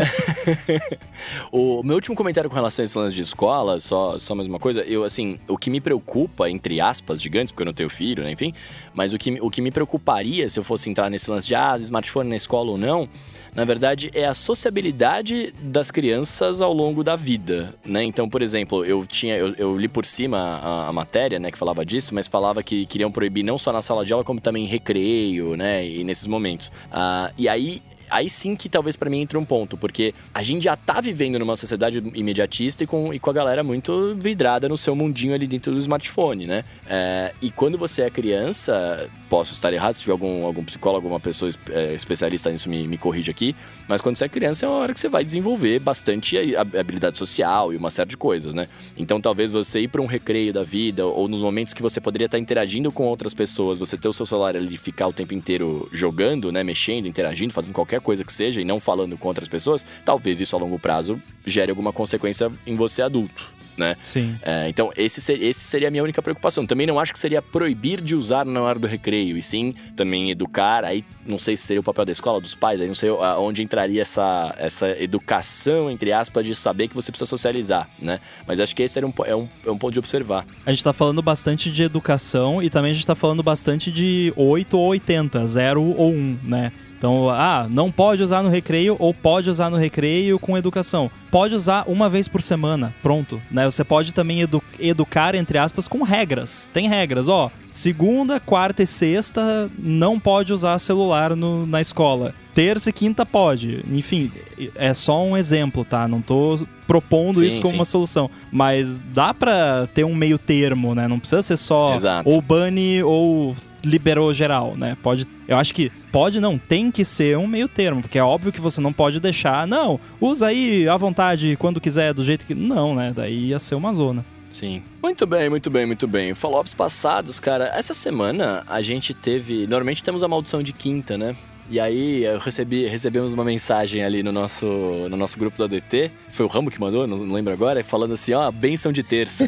S1: O meu último comentário com relação a esse lance de escola, só mais uma coisa, o que me preocupa, entre aspas gigantes, porque eu não tenho filho, né, enfim, mas o que me preocuparia se eu fosse entrar nesse lance de smartphone na escola ou não, na verdade, é a sociabilidade das crianças ao longo da vida, né? Então, por exemplo, eu li por cima a matéria, né, que falava disso, mas falava que queriam proibir não só na sala de aula, como também em recreio, né, e nesses momentos. E aí sim que talvez pra mim entre um ponto, porque a gente já tá vivendo numa sociedade imediatista e com a galera muito vidrada no seu mundinho ali dentro do smartphone, né? E quando você é criança, posso estar errado, se tiver algum psicólogo, alguma pessoa especialista nisso me corrige aqui, mas quando você é criança é uma hora que você vai desenvolver bastante a habilidade social e uma série de coisas, né? Então talvez você ir pra um recreio da vida, ou nos momentos que você poderia estar interagindo com outras pessoas, você ter o seu celular ali e ficar o tempo inteiro jogando, né? Mexendo, interagindo, fazendo qualquer coisa que seja e não falando com outras pessoas, talvez isso a longo prazo gere alguma consequência em você adulto, né?
S3: Sim.
S1: Então, esse seria a minha única preocupação. Também não acho que seria proibir de usar na hora do recreio, e sim também educar. Aí não sei se seria o papel da escola, dos pais, aí não sei onde entraria essa educação, entre aspas, de saber que você precisa socializar, né? Mas acho que esse é um ponto de observar.
S3: A gente tá falando bastante de educação e também a gente tá falando bastante de 8 ou 80, 0 ou 1, né? Então, não pode usar no recreio ou pode usar no recreio com educação. Pode usar uma vez por semana, pronto, né? Você pode também educar, entre aspas, com regras. Tem regras, segunda, quarta e sexta não pode usar celular na escola. Terça e quinta pode. Enfim, é só um exemplo, tá? Não tô propondo isso como uma solução. Mas dá pra ter um meio termo, né? Não precisa ser só ou bane ou liberou geral, né? Eu acho que tem que ser um meio termo, porque é óbvio que você não pode deixar, usa aí à vontade, quando quiser, do jeito que... Não, né? Daí ia ser uma zona.
S1: Sim. Muito bem, muito bem, muito bem. Follow-ups passados, cara. Essa semana a gente teve... Normalmente temos a maldição de quinta, né? E aí recebemos uma mensagem ali no nosso grupo do ADT. Foi o Rambo que mandou, não lembro agora, falando assim, bênção de terça.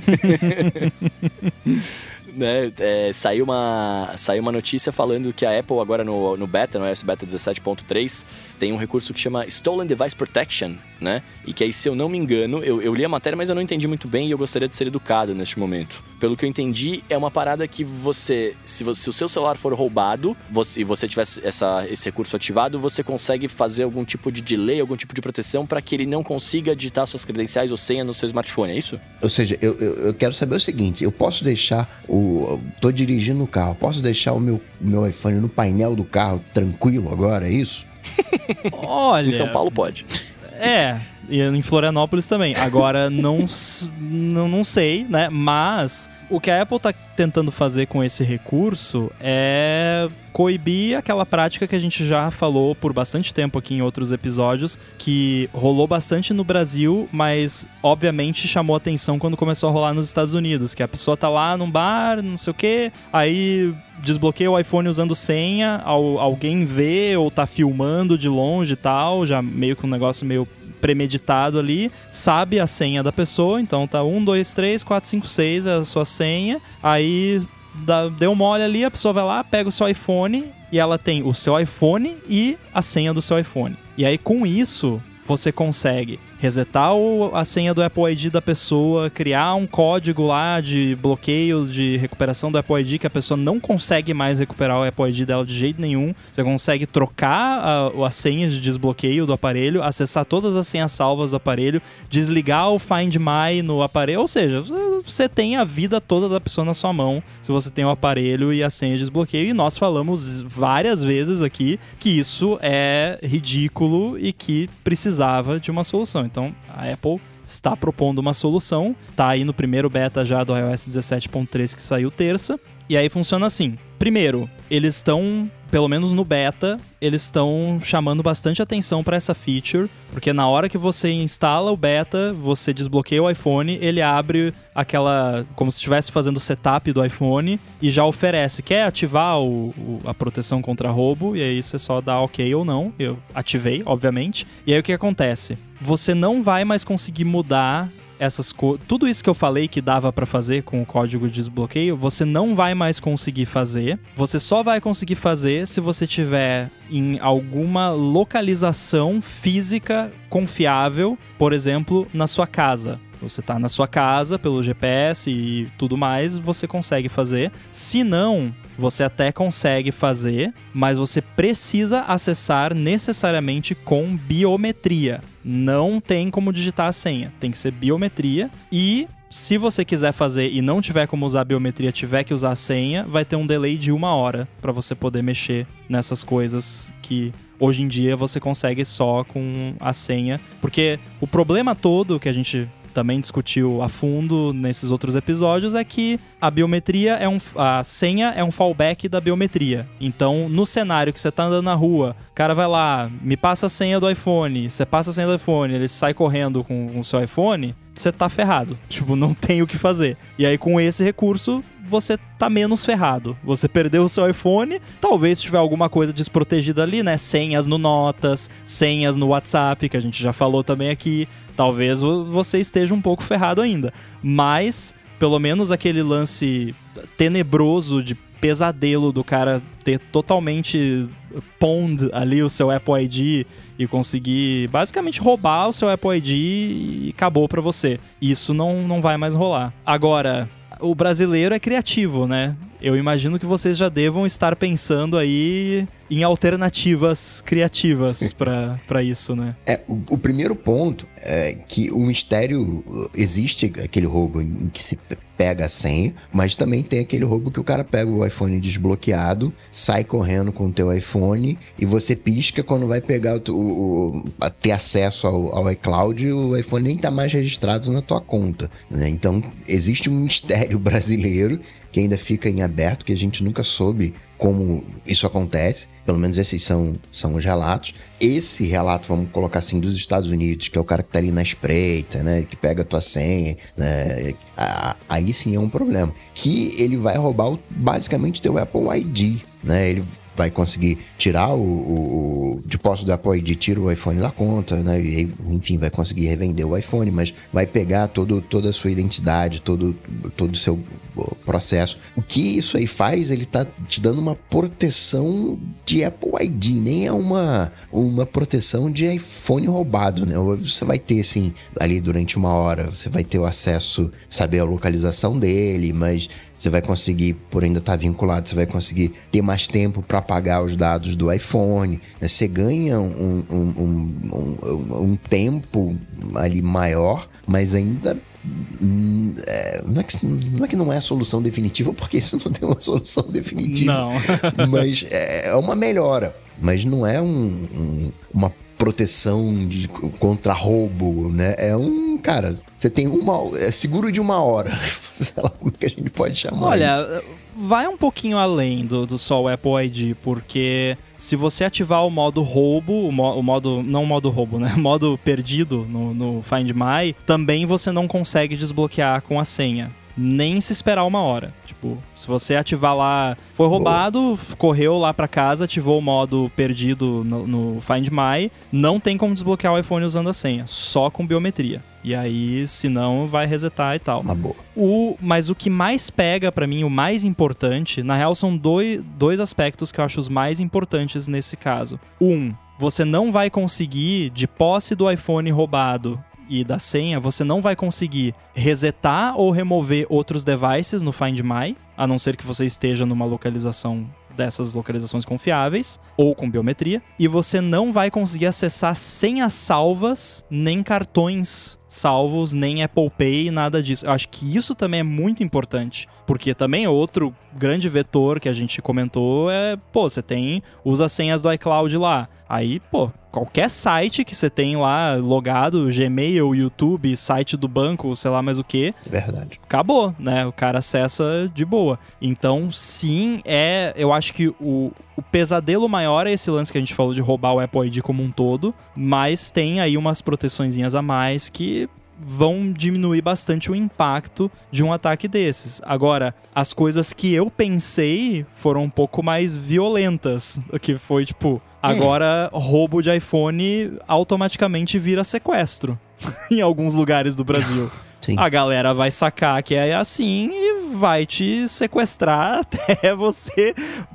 S1: Né? Saiu uma notícia falando que a Apple agora no beta, no iOS Beta 17.3, tem um recurso que chama Stolen Device Protection, né? E que aí, se eu não me engano, eu li a matéria, mas eu não entendi muito bem e eu gostaria de ser educado neste momento. Pelo que eu entendi, é uma parada que se o seu celular for roubado e você tivesse esse recurso ativado, você consegue fazer algum tipo de delay, algum tipo de proteção para que ele não consiga digitar suas credenciais ou senha no seu smartphone, é isso?
S2: Ou seja, eu quero saber o seguinte, eu posso deixar tô dirigindo o carro, posso deixar o meu iPhone no painel do carro tranquilo agora, é isso?
S3: Olha...
S1: Em São Paulo pode.
S3: E em Florianópolis também. Agora, não sei, né? Mas o que a Apple tá tentando fazer com esse recurso é coibir aquela prática que a gente já falou por bastante tempo aqui em outros episódios, que rolou bastante no Brasil, mas obviamente chamou atenção quando começou a rolar nos Estados Unidos, que a pessoa tá lá num bar, não sei o quê, aí desbloqueia o iPhone usando senha, alguém vê ou tá filmando de longe e tal, já meio que um negócio meio premeditado ali, sabe a senha da pessoa, então tá 1, 2, 3, 4, 5, 6 é a sua senha, aí deu mole ali, a pessoa vai lá, pega o seu iPhone e ela tem o seu iPhone e a senha do seu iPhone. E aí com isso você consegue resetar a senha do Apple ID da pessoa, criar um código lá de bloqueio, de recuperação do Apple ID, que a pessoa não consegue mais recuperar o Apple ID dela de jeito nenhum. Você consegue trocar a senha de desbloqueio do aparelho, acessar todas as senhas salvas do aparelho, desligar o Find My no aparelho, ou seja, você tem a vida toda da pessoa na sua mão, se você tem o aparelho e a senha de desbloqueio, e nós falamos várias vezes aqui que isso é ridículo e que precisava de uma solução. Então, a Apple está propondo uma solução, tá aí no primeiro beta já do iOS 17.3 que saiu terça, e aí funciona assim. Primeiro, eles estão, pelo menos no beta, eles estão chamando bastante atenção para essa feature, porque na hora que você instala o beta, você desbloqueia o iPhone, ele abre aquela, como se estivesse fazendo o setup do iPhone e já oferece, quer ativar a proteção contra roubo, e aí você só dá ok ou não. Eu ativei, obviamente. E aí o que acontece? Você não vai mais conseguir mudar tudo isso que eu falei que dava pra fazer com o código de desbloqueio, você não vai mais conseguir fazer. Você só vai conseguir fazer se você tiver em alguma localização física confiável, por exemplo, na sua casa. Você tá na sua casa, pelo GPS e tudo mais, você consegue fazer. Se não, você até consegue fazer, mas você precisa acessar necessariamente com biometria. Não tem como digitar a senha, tem que ser biometria. E se você quiser fazer e não tiver como usar a biometria, tiver que usar a senha, vai ter um delay de 1 hora para você poder mexer nessas coisas que hoje em dia você consegue só com a senha. Porque o problema todo que a gente também discutiu a fundo nesses outros episódios é que a biometria a senha é um fallback da biometria. Então, no cenário que você tá andando na rua, o cara vai lá, me passa a senha do iPhone, você passa a senha do iPhone, ele sai correndo com o seu iPhone, você tá ferrado. Tipo, não tem o que fazer. E aí, com esse recurso, você tá menos ferrado. Você perdeu o seu iPhone, talvez tiver alguma coisa desprotegida ali, né? Senhas no Notas, senhas no WhatsApp, que a gente já falou também aqui. Talvez você esteja um pouco ferrado ainda. Mas, pelo menos aquele lance tenebroso de pesadelo do cara ter totalmente pwned ali o seu Apple ID e conseguir basicamente roubar o seu Apple ID e acabou pra você. Isso não vai mais rolar. Agora, o brasileiro é criativo, né? Eu imagino que vocês já devam estar pensando aí em alternativas criativas pra isso, né?
S2: O primeiro ponto é que o mistério, existe aquele roubo em que se pega a senha, mas também tem aquele roubo que o cara pega o iPhone desbloqueado, sai correndo com o teu iPhone e você pisca quando vai pegar ter acesso ao iCloud, o iPhone nem tá mais registrado na tua conta, né? Então, existe um mistério brasileiro que ainda fica em aberto, que a gente nunca soube como isso acontece. Pelo menos esses são os relatos. Esse relato, vamos colocar assim, dos Estados Unidos, que é o cara que tá ali na espreita, né, que pega a tua senha, né, aí sim é um problema. Que ele vai roubar basicamente teu Apple ID, né, ele vai conseguir tirar o depósito do Apple ID, tira o iPhone da conta, né? E, enfim, vai conseguir revender o iPhone, mas vai pegar toda a sua identidade, todo o seu processo. O que isso aí faz, ele tá te dando uma proteção de Apple ID, nem é uma proteção de iPhone roubado, né? Você vai ter, assim, ali durante 1 hora, você vai ter o acesso, saber a localização dele, mas você vai conseguir, por ainda estar vinculado, você vai conseguir ter mais tempo para apagar os dados do iPhone, né? Você ganha um tempo ali maior, mas ainda não é que não é a solução definitiva, porque isso não tem uma solução definitiva.
S3: Não. Mas
S2: é uma melhora, mas não é uma proteção contra roubo, né? Cara, você tem seguro de 1 hora. Sei lá como que a gente pode chamar isso.
S3: Olha, vai um pouquinho além do só o Apple ID, porque se você ativar o modo roubo, não o modo roubo, né? O modo perdido no Find My, também você não consegue desbloquear com a senha. Nem se esperar 1 hora. Tipo, se você ativar lá, foi roubado, correu lá pra casa, ativou o modo perdido no Find My, não tem como desbloquear o iPhone usando a senha, só com biometria. E aí, se não, vai resetar e tal.
S2: Uma boa.
S3: Mas o que mais pega pra mim, o mais importante, na real são dois aspectos que eu acho os mais importantes nesse caso. Você não vai conseguir, de posse do iPhone roubado, e da senha, você não vai conseguir resetar ou remover outros devices no Find My, a não ser que você esteja numa localização dessas localizações confiáveis ou com biometria, e você não vai conseguir acessar senhas salvas, nem cartões salvos, nem Apple Pay, nada disso. Eu acho que isso também é muito importante, porque também outro grande vetor que a gente comentou é, você usa as senhas do iCloud lá. Aí, qualquer site que você tem lá logado, Gmail, YouTube, site do banco, sei lá mais o que.
S2: Verdade.
S3: Acabou, né? O cara acessa de boa. Então, sim, eu acho que o pesadelo maior é esse lance que a gente falou de roubar o Apple ID como um todo, mas tem aí umas proteçõezinhas a mais que vão diminuir bastante o impacto de um ataque desses. Agora, as coisas que eu pensei foram um pouco mais violentas, que foi agora roubo de iPhone automaticamente vira sequestro em alguns lugares do Brasil.
S2: Sim.
S3: A galera vai sacar que é assim e vai te sequestrar até você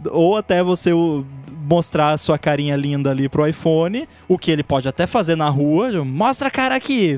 S3: mostrar a sua carinha linda ali pro iPhone, o que ele pode até fazer na rua, mostra a cara aqui,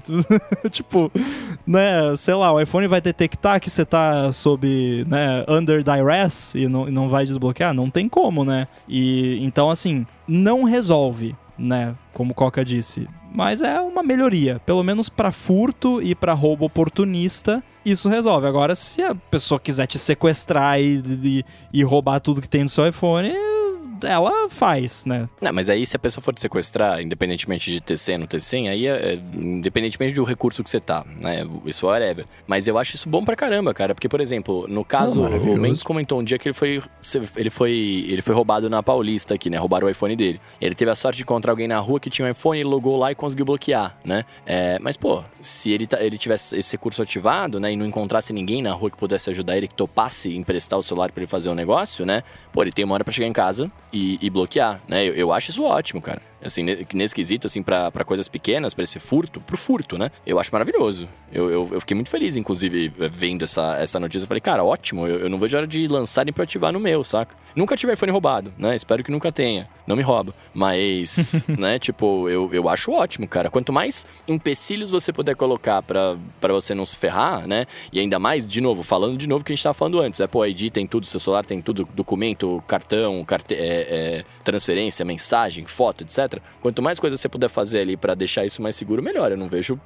S3: né, sei lá, o iPhone vai detectar que você tá sob, né, under duress e não vai desbloquear, não tem como, né, e então assim, não resolve, né, como o Coca disse, mas é uma melhoria, pelo menos pra furto e pra roubo oportunista, isso resolve. Agora, se a pessoa quiser te sequestrar e roubar tudo que tem no seu iPhone, ela faz, né?
S1: Não, mas aí se a pessoa for te sequestrar, independentemente de ter senha ou não ter senha, aí independentemente do recurso que você tá, né? Isso é whatever. Mas eu acho isso bom pra caramba, cara. Porque, por exemplo, no caso, o Mendes comentou um dia que ele foi roubado na Paulista aqui, né? Roubaram o iPhone dele. Ele teve a sorte de encontrar alguém na rua que tinha um iPhone, ele logou lá e conseguiu bloquear, né? Mas, se ele tivesse esse recurso ativado, né? E não encontrasse ninguém na rua que pudesse ajudar ele, que topasse emprestar o celular pra ele fazer um negócio, né? Ele tem uma hora pra chegar em casa e bloquear, né? Eu acho isso ótimo, cara. Assim, nesse quesito, assim, pra coisas pequenas, pra esse pro furto, né? Eu acho maravilhoso. Eu fiquei muito feliz, inclusive, vendo essa notícia. Eu falei, cara, ótimo, eu não vejo a hora de lançarem pra ativar no meu, saca? Nunca tive iPhone roubado, né? Espero que nunca tenha. Não me rouba. Mas, né, eu acho ótimo, cara. Quanto mais empecilhos você puder colocar pra você não se ferrar, né? E ainda mais, falando de novo que a gente tava falando antes. Apple ID tem tudo, seu celular tem tudo, documento, cartão, transferência, mensagem, foto, etc. Quanto mais coisa você puder fazer ali pra deixar isso mais seguro, melhor. Eu não vejo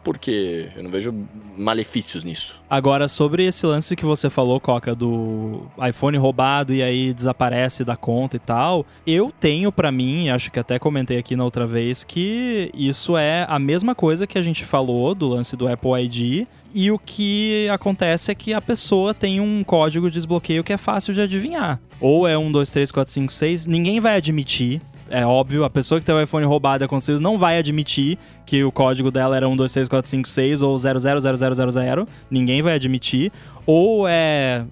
S1: malefícios nisso.
S3: Agora, sobre esse lance que você falou, Coca, do iPhone roubado e aí desaparece da conta e tal, eu tenho pra mim, acho que até comentei aqui na outra vez, que isso é a mesma coisa que a gente falou do lance do Apple ID. E o que acontece é que a pessoa tem um código de desbloqueio que é fácil de adivinhar. Ou é 1, 2, 3, 4, 5, 6, ninguém vai admitir. É óbvio, a pessoa que tem o iPhone roubado aconteceu não vai admitir que o código dela era 1, 2, 3, 4, 5, 6 ou 000000. Ninguém vai admitir. Ou é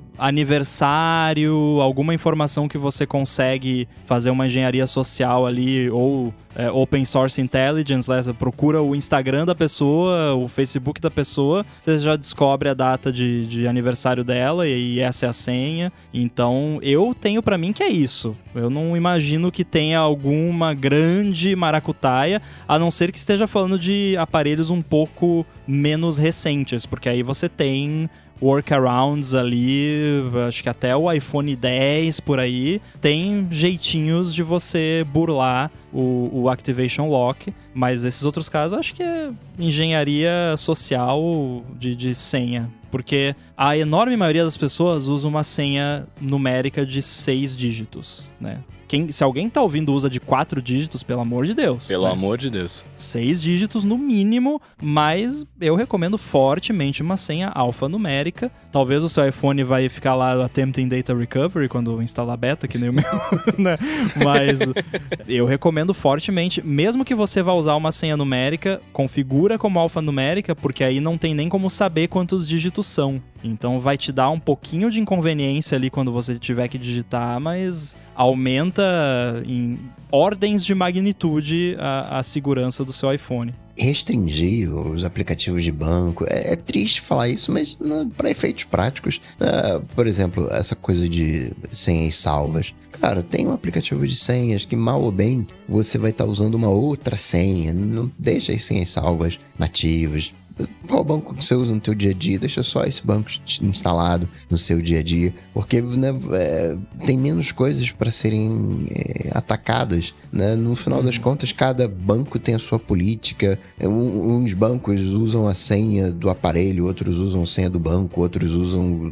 S3: aniversário, alguma informação que você consegue fazer uma engenharia social ali, ou Open Source Intelligence, né? Você procura o Instagram da pessoa, o Facebook da pessoa, você já descobre a data de aniversário dela e essa é a senha. Então, eu tenho pra mim que é isso. Eu não imagino que tenha alguma grande maracutaia, a não ser que esteja falando de aparelhos um pouco menos recentes, porque aí você tem workarounds ali, acho que até o iPhone 10 por aí, tem jeitinhos de você burlar o Activation Lock, mas esses outros casos acho que é engenharia social de senha, porque a enorme maioria das pessoas usa uma senha numérica de 6 dígitos, né? Se alguém tá ouvindo usa de 4 dígitos, pelo amor de Deus.
S1: Pelo amor de Deus.
S3: 6 dígitos no mínimo, mas eu recomendo fortemente uma senha alfanumérica. Talvez o seu iPhone vai ficar lá attempting data recovery quando instalar beta, que nem o meu, né? Mas eu recomendo fortemente, mesmo que você vá usar uma senha numérica, configura como alfanumérica, porque aí não tem nem como saber quantos dígitos são. Então vai te dar um pouquinho de inconveniência ali quando você tiver que digitar, mas aumenta em ordens de magnitude a segurança do seu iPhone.
S2: Restringir os aplicativos de banco, é triste falar isso, mas para efeitos práticos, por exemplo, essa coisa de senhas salvas. Cara, tem um aplicativo de senhas que mal ou bem você vai estar usando uma outra senha, não deixa as senhas salvas nativas. qual banco que você usa no teu dia a dia, deixa só esse banco instalado no seu dia a dia, porque né, tem menos coisas para serem atacadas, né? No final das contas, cada banco tem a sua política, uns bancos usam a senha do aparelho, outros usam a senha do banco, outros usam,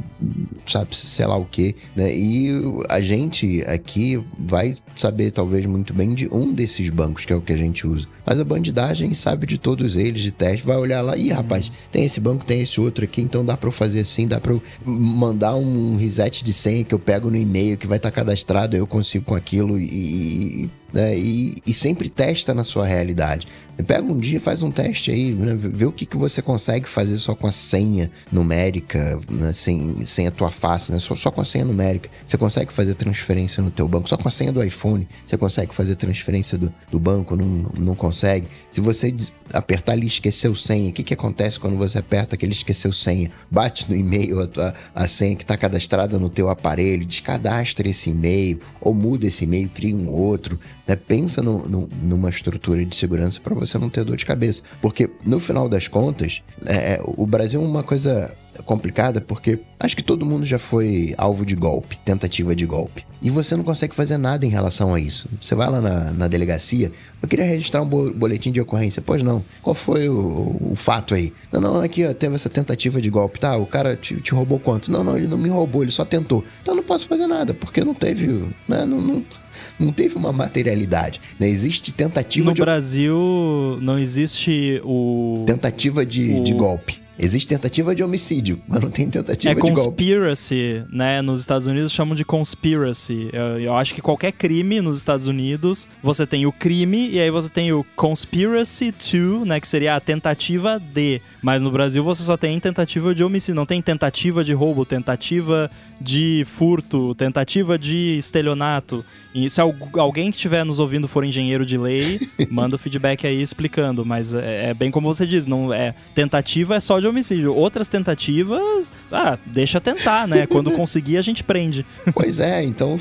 S2: sabe, sei lá o que, né? E a gente aqui vai saber talvez muito bem de um desses bancos, que é o que a gente usa. Mas a bandidagem sabe de todos eles, de teste, vai olhar lá, ih, rapaz, tem esse banco, tem esse outro aqui, então dá pra eu fazer assim, dá pra eu mandar um reset de senha que eu pego no e-mail, que vai estar cadastrado, eu consigo com aquilo né? E sempre testa na sua realidade. Pega um dia, faz um teste aí, né? Vê o que você consegue fazer só com a senha numérica, né? sem a tua face, né? Só com a senha numérica. Você consegue fazer transferência no teu banco. Só com a senha do iPhone, você consegue fazer transferência do banco, não consegue. Se você apertar ali esqueceu senha, o que acontece quando você aperta aquele esqueceu senha? Bate no e-mail a senha que está cadastrada no teu aparelho, descadastra esse e-mail, ou muda esse e-mail, cria um outro, né? Pensa numa estrutura de segurança para você não ter dor de cabeça. Porque, no final das contas, o Brasil é uma coisa complicada, porque acho que todo mundo já foi alvo de golpe, tentativa de golpe. E você não consegue fazer nada em relação a isso. Você vai lá na delegacia, eu queria registrar um boletim de ocorrência. Pois não. Qual foi o fato aí? Não, aqui ó, teve essa tentativa de golpe, tá? O cara te roubou quanto? Não, ele não me roubou, ele só tentou. Então eu não posso fazer nada, porque não teve, né? Não teve uma materialidade. Não existe tentativa
S3: no Brasil, não existe
S2: tentativa de golpe. Existe tentativa de homicídio, mas não tem tentativa de golpe.
S3: É conspiracy, né? Nos Estados Unidos chamam de conspiracy. Eu acho que qualquer crime nos Estados Unidos, você tem o crime e aí você tem o conspiracy to, né? Que seria a tentativa de. Mas no Brasil você só tem tentativa de homicídio. Não tem tentativa de roubo, tentativa de furto, tentativa de estelionato. E se alguém que estiver nos ouvindo for engenheiro de lei, manda o feedback aí explicando. Mas é bem como você diz, não tentativa é só de homicídio. Outras tentativas, deixa tentar, né? Quando conseguir, a gente prende.
S2: Pois é, então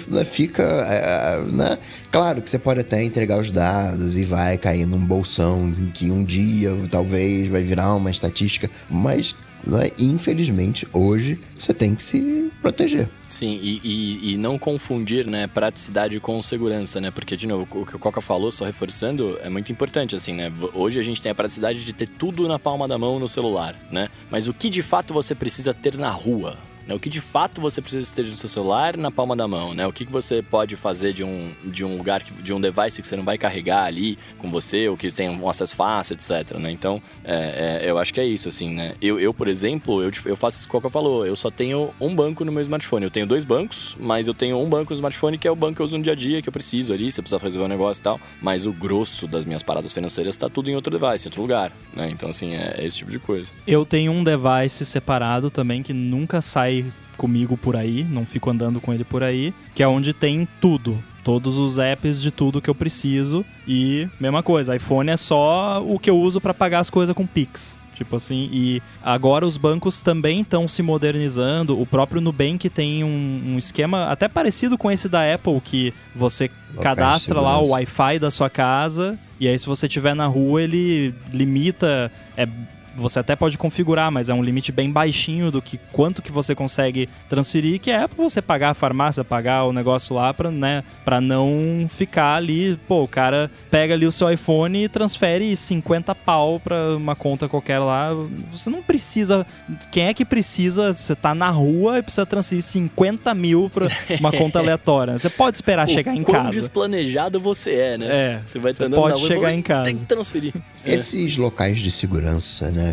S2: fica, né? Claro que você pode até entregar os dados e vai cair num bolsão em que um dia, talvez, vai virar uma estatística, mas infelizmente, hoje, você tem que se proteger.
S1: Sim, e não confundir, né, praticidade com segurança, né? Porque, de novo, o que o Coca falou, só reforçando, é muito importante, assim, né? Hoje a gente tem a praticidade de ter tudo na palma da mão no celular, né? Mas o que de fato você precisa ter na rua? O que de fato você precisa ter no seu celular na palma da mão, né? O que você pode fazer de um lugar, de um device que você não vai carregar ali com você, ou que tem um acesso fácil, etc, né? Então, eu acho que é isso, assim, né? Eu por exemplo, eu faço isso que o Coca falou, eu só tenho um banco no meu smartphone. Eu tenho 2 bancos, mas eu tenho um banco no smartphone que é o banco que eu uso no dia a dia, que eu preciso ali, se eu precisar fazer um negócio e tal. Mas o grosso das minhas paradas financeiras tá tudo em outro device, em outro lugar, né? Então, assim, é esse tipo de coisa.
S3: Eu tenho um device separado também que nunca sai comigo por aí, não fico andando com ele por aí, que é onde tem tudo. Todos os apps de tudo que eu preciso. E, mesma coisa, iPhone é só o que eu uso para pagar as coisas com Pix. Tipo assim, e agora os bancos também estão se modernizando. O próprio Nubank tem um esquema até parecido com esse da Apple, que você cadastra lá o Wi-Fi da sua casa, e aí se você estiver na rua, ele limita... Você até pode configurar, mas é um limite bem baixinho do que quanto que você consegue transferir, que é pra você pagar a farmácia, pagar o negócio lá pra não ficar ali, o cara pega ali o seu iPhone e transfere 50 pau pra uma conta qualquer lá. Você não precisa, quem é que precisa, você tá na rua e precisa transferir 50 mil pra uma conta aleatória? Você pode esperar chegar em casa.
S1: Quão desplanejado você é, né?
S3: Você vai você pode chegar em casa.
S1: Tem que transferir.
S2: Esses locais de segurança, né,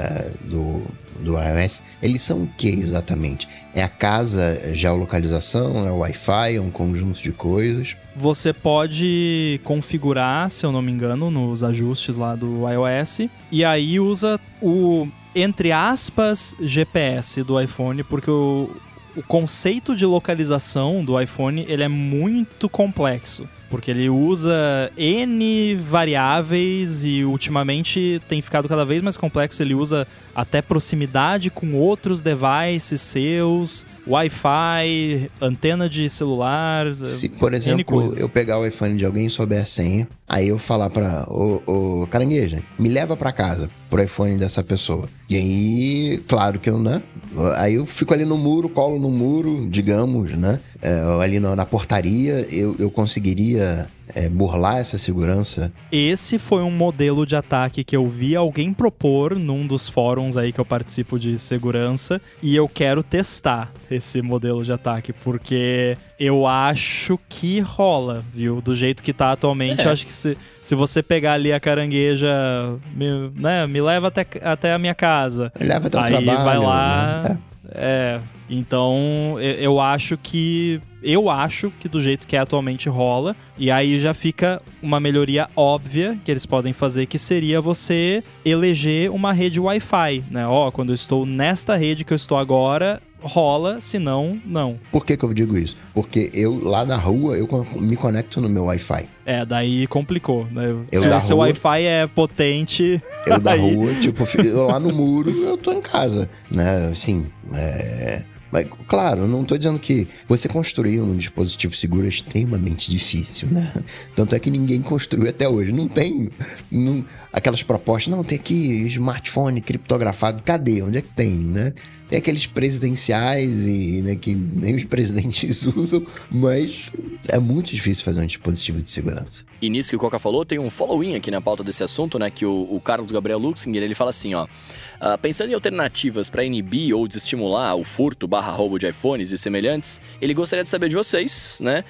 S2: do iOS, eles são o que exatamente? É a casa, geolocalização, é o Wi-Fi, é um conjunto de coisas?
S3: Você pode configurar, se eu não me engano, nos ajustes lá do iOS, e aí usa o, entre aspas, GPS do iPhone, porque o conceito de localização do iPhone, ele é muito complexo. porque ele usa N variáveis e ultimamente tem ficado cada vez mais complexo. Ele usa até proximidade com outros devices seus, Wi-Fi, antena de celular.
S2: Se, por exemplo, eu pegar o iPhone de alguém e souber a senha, aí eu falar pra o carangueja, me leva pra casa, pro iPhone dessa pessoa. E aí, claro que eu, né? Aí eu fico ali no muro, colo no muro, digamos, né? Ali na portaria, eu conseguiria burlar essa segurança.
S3: Esse foi um modelo de ataque que eu vi alguém propor num dos fóruns aí que eu participo de segurança, e eu quero testar esse modelo de ataque, porque eu acho que rola, viu? Do jeito que tá atualmente, eu acho que se você pegar ali a carangueja, me leva até a minha casa.
S2: Leva até o
S3: aí
S2: trabalho.
S3: Vai lá...
S2: Né?
S3: Então eu acho que do jeito que é atualmente rola, e aí já fica uma melhoria óbvia que eles podem fazer, que seria você eleger uma rede Wi-Fi, né? Quando eu estou nesta rede que eu estou agora, rola, senão, não.
S2: Por que eu digo isso? Porque eu, lá na rua, eu me conecto no meu Wi-Fi.
S3: Daí complicou, né?
S2: Se
S3: o seu Wi-Fi é potente...
S2: Eu da rua, eu lá no muro, eu tô em casa, né? Assim, Mas, claro, não tô dizendo que você construir um dispositivo seguro é extremamente difícil, né? Tanto é que ninguém construiu até hoje. Não tem aquelas propostas, não, tem aqui smartphone criptografado. Cadê? Onde é que tem, né? Tem aqueles presidenciais né, que nem os presidentes usam, mas é muito difícil fazer um dispositivo de segurança.
S1: E nisso que o Coca falou, tem um follow-in aqui na pauta desse assunto, né? Que o Carlos Gabriel Luxinger, ele fala assim, pensando em alternativas para inibir ou desestimular o furto / roubo de iPhones e semelhantes, ele gostaria de saber de vocês, né?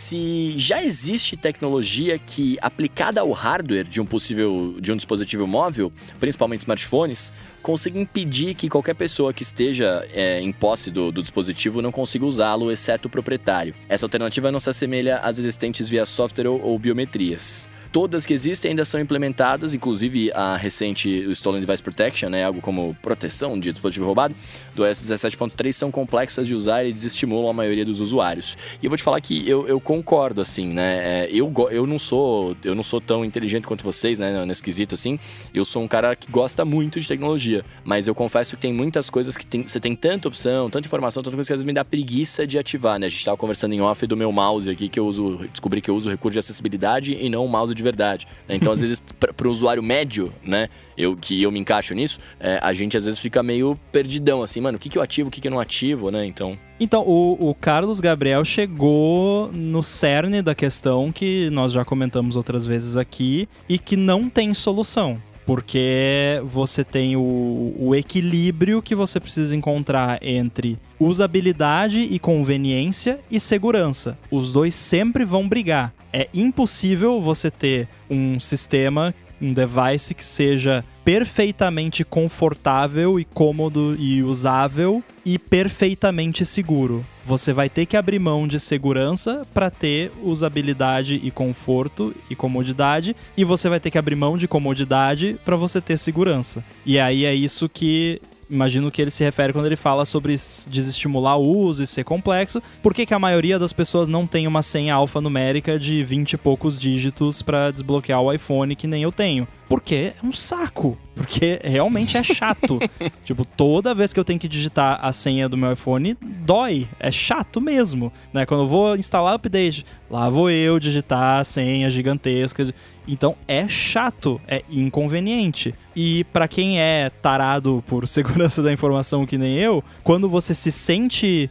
S1: Se já existe tecnologia que, aplicada ao hardware de um dispositivo móvel, principalmente smartphones, consiga impedir que qualquer pessoa que esteja em posse do dispositivo não consiga usá-lo, exceto o proprietário. Essa alternativa não se assemelha às existentes via software ou biometrias. Todas que existem ainda são implementadas, inclusive a recente Stolen Device Protection, né, algo como proteção de dispositivo roubado, do iOS 17.3, são complexas de usar e desestimulam a maioria dos usuários. E eu vou te falar que eu concordo, assim, né, eu não sou tão inteligente quanto vocês, né, nesse quesito, assim, eu sou um cara que gosta muito de tecnologia, mas eu confesso que tem muitas coisas que você tem tanta opção, tanta informação, tanta coisa que às vezes me dá preguiça de ativar, né, a gente tava conversando em off do meu mouse aqui, que descobri que eu uso recurso de acessibilidade e não o mouse de verdade. Então, às vezes, para o usuário médio, né, eu me encaixo nisso, a gente às vezes fica meio perdidão, assim, mano, o que eu ativo, o que eu não ativo, né, então...
S3: Então, o Carlos Gabriel chegou no cerne da questão que nós já comentamos outras vezes aqui e que não tem solução. Porque você tem o equilíbrio que você precisa encontrar entre usabilidade e conveniência e segurança. Os dois sempre vão brigar. É impossível você ter um sistema, um device que seja perfeitamente confortável e cômodo e usável e perfeitamente seguro. Você vai ter que abrir mão de segurança para ter usabilidade e conforto e comodidade, e você vai ter que abrir mão de comodidade para você ter segurança. E aí é isso que imagino que ele se refere quando ele fala sobre desestimular o uso e ser complexo. Por que a maioria das pessoas não tem uma senha alfanumérica de 20 e poucos dígitos para desbloquear o iPhone, que nem eu tenho? Porque é um saco. Porque realmente é chato. Tipo, toda vez que eu tenho que digitar a senha do meu iPhone, dói. É chato mesmo, né? Quando eu vou instalar o update, lá vou eu digitar a senha gigantesca. Então é chato, é inconveniente. E pra quem é tarado por segurança da informação que nem eu, quando você se sente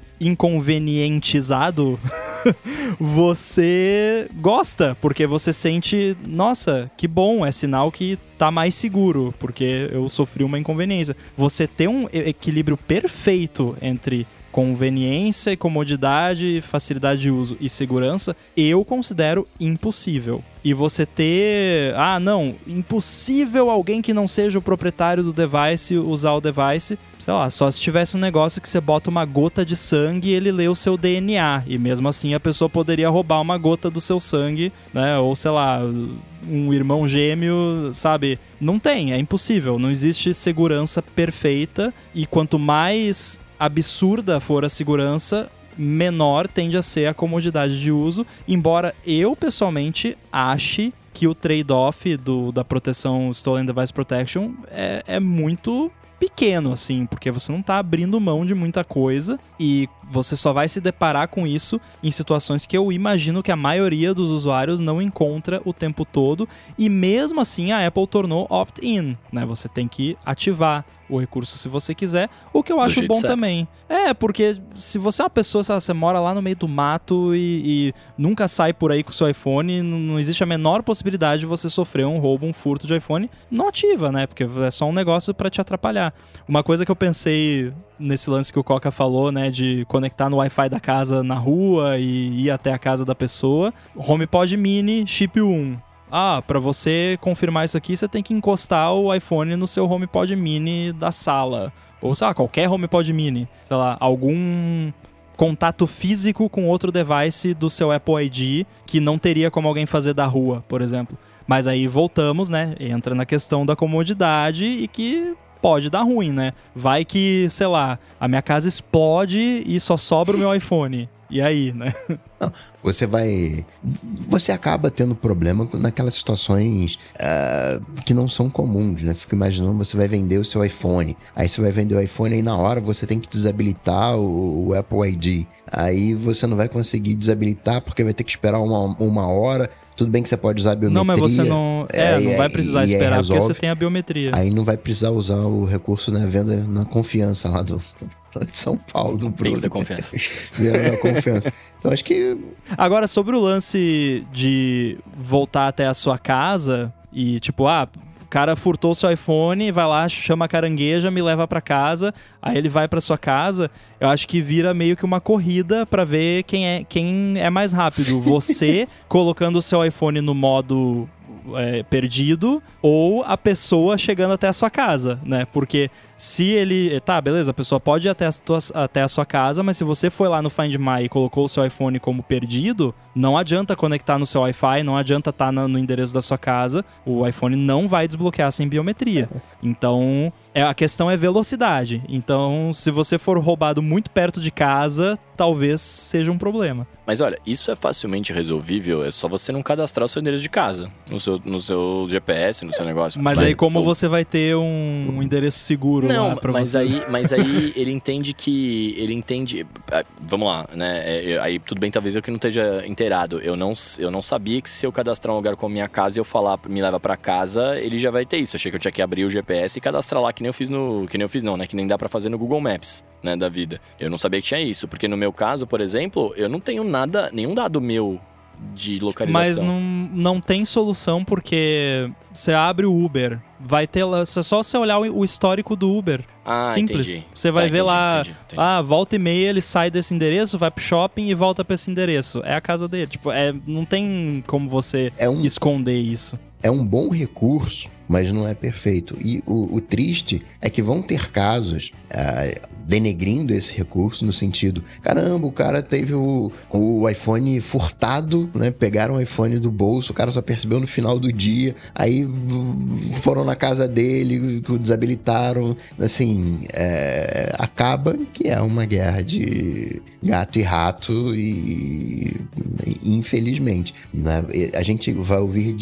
S3: inconvenientizado, você gosta, porque você sente, nossa, que bom, é sinal que tá mais seguro, porque eu sofri uma inconveniência. Você ter um equilíbrio perfeito entre conveniência e comodidade, facilidade de uso e segurança, eu considero impossível. E você ter... impossível alguém que não seja o proprietário do device usar o device, sei lá, só se tivesse um negócio que você bota uma gota de sangue e ele lê o seu DNA, e mesmo assim a pessoa poderia roubar uma gota do seu sangue, né, ou sei lá, um irmão gêmeo, sabe? Não tem, é impossível, não existe segurança perfeita, e quanto mais absurda for a segurança, menor tende a ser a comodidade de uso, embora eu, pessoalmente, ache que o trade-off da proteção Stolen Device Protection é muito pequeno, assim, porque você não tá abrindo mão de muita coisa e você só vai se deparar com isso em situações que eu imagino que a maioria dos usuários não encontra o tempo todo, e mesmo assim a Apple tornou opt-in, né? Você tem que ativar o recurso se você quiser, o que eu acho bom também. Porque se você é uma pessoa, você mora lá no meio do mato e nunca sai por aí com o seu iPhone, não existe a menor possibilidade de você sofrer um roubo, um furto de iPhone, não ativa, né? Porque é só um negócio pra te atrapalhar. Uma coisa que eu pensei nesse lance que o Coca falou, né, de conectar no Wi-Fi da casa na rua e ir até a casa da pessoa, HomePod Mini chip 1. Pra você confirmar isso aqui, você tem que encostar o iPhone no seu HomePod Mini da sala. Ou, sei lá, qualquer HomePod Mini. Sei lá, algum contato físico com outro device do seu Apple ID que não teria como alguém fazer da rua, por exemplo. Mas aí voltamos, né? Entra na questão da comodidade e que pode dar ruim, né? Vai que, sei lá, a minha casa explode e só sobra o meu iPhone. E aí, né?
S2: Não, você acaba tendo problema naquelas situações que não são comuns, né? Fico imaginando, você vai vender o seu iPhone. Aí você vai vender o iPhone e na hora você tem que desabilitar o Apple ID. Aí você não vai conseguir desabilitar porque vai ter que esperar uma hora. Tudo bem que você pode usar a biometria.
S3: Não, mas você não vai precisar esperar porque você tem a biometria.
S2: Aí não vai precisar usar o recurso na venda na confiança lá de São Paulo, do Bruno.
S1: Pix da confiança.
S2: Venda na confiança. Então acho que...
S3: Agora, sobre o lance de voltar até a sua casa e tipo, o cara furtou o seu iPhone, vai lá, chama a carangueja, me leva pra casa, aí ele vai pra sua casa, eu acho que vira meio que uma corrida pra ver quem é mais rápido. Você colocando o seu iPhone no modo perdido ou a pessoa chegando até a sua casa, né? Porque se ele... Tá, beleza, a pessoa pode ir até a sua casa, mas se você foi lá no Find My e colocou o seu iPhone como perdido, não adianta conectar no seu Wi-Fi, não adianta estar no endereço da sua casa, o iPhone não vai desbloquear sem biometria. Então, a questão é velocidade. Então, se você for roubado muito perto de casa, talvez seja um problema.
S1: Mas olha, isso é facilmente resolvível, é só você não cadastrar o seu endereço de casa no seu GPS, no seu negócio.
S3: Mas aí como você vai ter um endereço seguro lá pra você?
S1: Mas aí ele entende... Vamos lá, né? Aí tudo bem, talvez eu que não esteja inteirado. Eu não sabia que se eu cadastrar um lugar como minha casa e eu falar, me leva pra casa, ele já vai ter isso. Eu achei que eu tinha que abrir o GPS e cadastrar lá, que nem eu fiz que nem dá pra fazer no Google Maps, né, da vida. Eu não sabia que tinha isso, porque no meu caso, por exemplo, eu não tenho nenhum dado meu de localização.
S3: Mas não tem solução, porque você abre o Uber, vai ter lá, só você olhar o histórico do Uber. Simples.
S1: Entendi.
S3: Você vai ver lá, volta e meia ele sai desse endereço, vai pro shopping e volta pra esse endereço. É a casa dele. Tipo, não tem como você esconder isso.
S2: É um bom recurso, mas não é perfeito. E o triste é que vão ter casos denegrindo esse recurso no sentido, caramba, o cara teve o iPhone furtado, né? Pegaram o iPhone do bolso, o cara só percebeu no final do dia, aí foram na casa dele, o desabilitaram. Assim, acaba que é uma guerra de gato e rato e infelizmente, né? A gente vai ouvir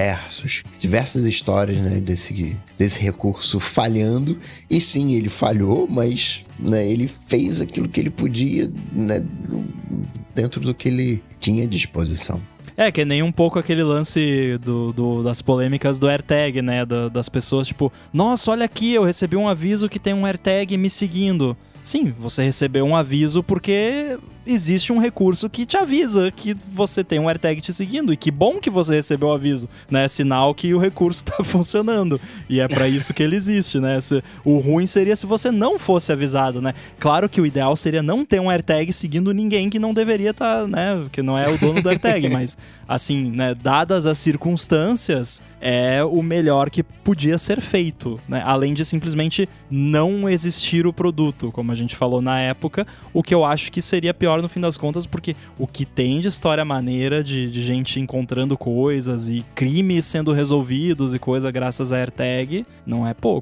S2: diversas histórias, né, desse recurso falhando, e sim, ele falhou, mas, né, ele fez aquilo que ele podia, né, dentro do que ele tinha à disposição.
S3: Que nem um pouco aquele lance das polêmicas do AirTag, né, das pessoas, tipo, nossa, olha aqui, eu recebi um aviso que tem um AirTag me seguindo. Sim, você recebeu um aviso porque existe um recurso que te avisa que você tem um AirTag te seguindo. E que bom que você recebeu o aviso, né? Sinal que o recurso tá funcionando. E é pra isso que ele existe, né? O ruim seria se você não fosse avisado, né? Claro que o ideal seria não ter um AirTag seguindo ninguém que não deveria estar, né? Que não é o dono do AirTag. Mas, assim, né? Dadas as circunstâncias, é o melhor que podia ser feito, né? Além de simplesmente não existir o produto, como a gente falou na época, o que eu acho que seria pior no fim das contas, porque o que tem de história maneira de gente encontrando coisas e crimes sendo resolvidos e coisa graças a AirTag, não é pouco.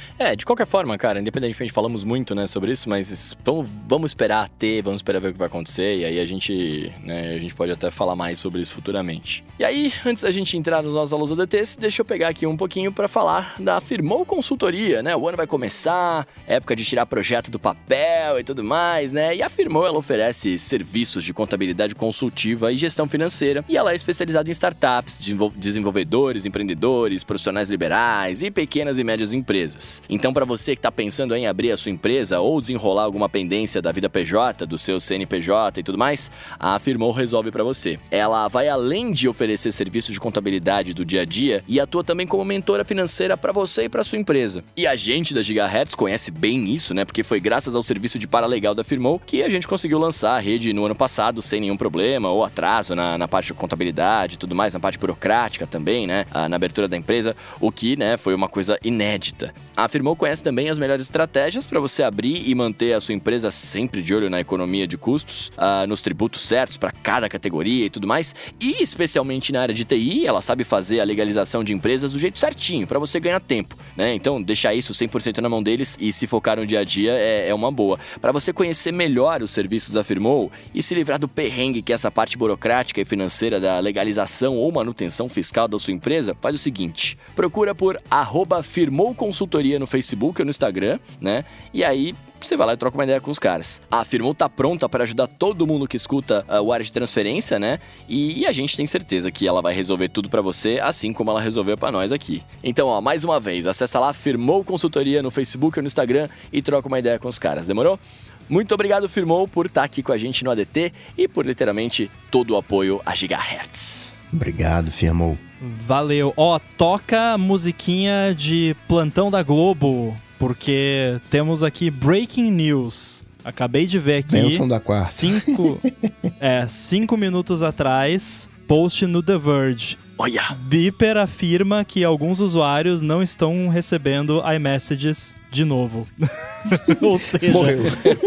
S1: De qualquer forma, cara, independentemente, falamos muito, né, sobre isso, mas vamos esperar ver o que vai acontecer, e aí a gente pode até falar mais sobre isso futuramente. E aí, antes da gente entrar nos nossos alunos ADTs, deixa eu pegar aqui um pouquinho pra falar da Firmou Consultoria, né? O ano vai começar, época de tirar projeto do papel e tudo mais, né? E a Firmou, ela oferece serviços de contabilidade consultiva e gestão financeira, e ela é especializada em startups, desenvolvedores, empreendedores, profissionais liberais e pequenas e médias empresas. Então, para você que está pensando em abrir a sua empresa ou desenrolar alguma pendência da vida PJ, do seu CNPJ e tudo mais, a Firmou resolve para você. Ela vai além de oferecer serviços de contabilidade do dia a dia e atua também como mentora financeira para você e para sua empresa. E a gente da Gigahertz conhece bem isso, né? Porque foi graças ao serviço de paralegal da Firmou que a gente conseguiu lançar a rede no ano passado sem nenhum problema ou atraso na parte de contabilidade e tudo mais, na parte burocrática também, né? Na abertura da empresa, o que, né, foi uma coisa inédita. A Firmou conhece também as melhores estratégias para você abrir e manter a sua empresa sempre de olho na economia de custos, nos tributos certos para cada categoria e tudo mais, e especialmente na área de TI, ela sabe fazer a legalização de empresas do jeito certinho, para você ganhar tempo, né? Então, deixar isso 100% na mão deles e se focar no dia a dia é uma boa. Para você conhecer melhor os serviços da Firmou e se livrar do perrengue que é essa parte burocrática e financeira da legalização ou manutenção fiscal da sua empresa, faz o seguinte, procura por @Firmou Consultoria no Facebook ou no Instagram, né? E aí você vai lá e troca uma ideia com os caras. A Firmou tá pronta para ajudar todo mundo que escuta o área de transferência, né? E a gente tem certeza que ela vai resolver tudo para você, assim como ela resolveu para nós aqui. Então, ó, mais uma vez, acessa lá Firmou Consultoria no Facebook ou no Instagram e troca uma ideia com os caras, demorou? Muito obrigado, Firmou, por estar aqui com a gente no ADT e por literalmente todo o apoio a Gigahertz.
S2: Obrigado, Firmou.
S3: Valeu. Ó, toca a musiquinha de Plantão da Globo, porque temos aqui Breaking News. Acabei de ver aqui.
S2: Bênção da quarta.
S3: 5 minutos atrás, post no The Verge.
S1: Olha!
S3: Beeper afirma que alguns usuários não estão recebendo iMessages de novo. Ou seja,
S2: morreu.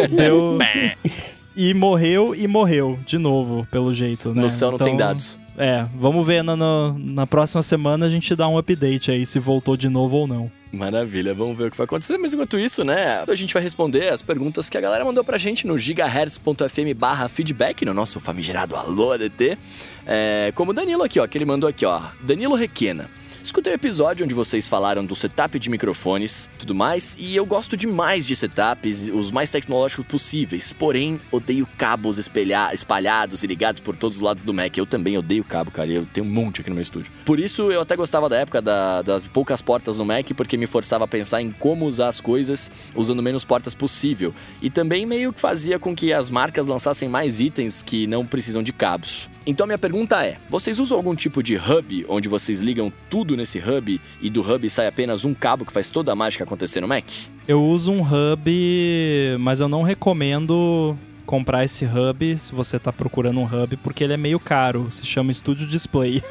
S3: Morreu de novo, pelo jeito, né?
S1: No céu não tem dados.
S3: Vamos ver na próxima semana a gente dá um update aí se voltou de novo ou não.
S1: Maravilha, vamos ver o que vai acontecer. Mas enquanto isso, né, a gente vai responder as perguntas que a galera mandou pra gente no gigahertz.fm/feedback, no nosso famigerado Alô ADT. Como o Danilo aqui, ó, que ele mandou aqui, ó. Danilo Requena. Escutei o episódio onde vocês falaram do setup de microfones e tudo mais, e eu gosto demais de setups, os mais tecnológicos possíveis, porém, odeio cabos espalhados e ligados por todos os lados do Mac. Eu também odeio cabo, cara, eu tenho um monte aqui no meu estúdio. Por isso, eu até gostava da época das poucas portas no Mac, porque me forçava a pensar em como usar as coisas usando menos portas possível. E também meio que fazia com que as marcas lançassem mais itens que não precisam de cabos. Então, minha pergunta é, vocês usam algum tipo de hub, onde vocês ligam tudo nesse hub e do hub sai apenas um cabo que faz toda a mágica acontecer no Mac?
S3: Eu uso um hub, mas eu não recomendo comprar esse hub se você tá procurando um hub, porque ele é meio caro, se chama Studio Display.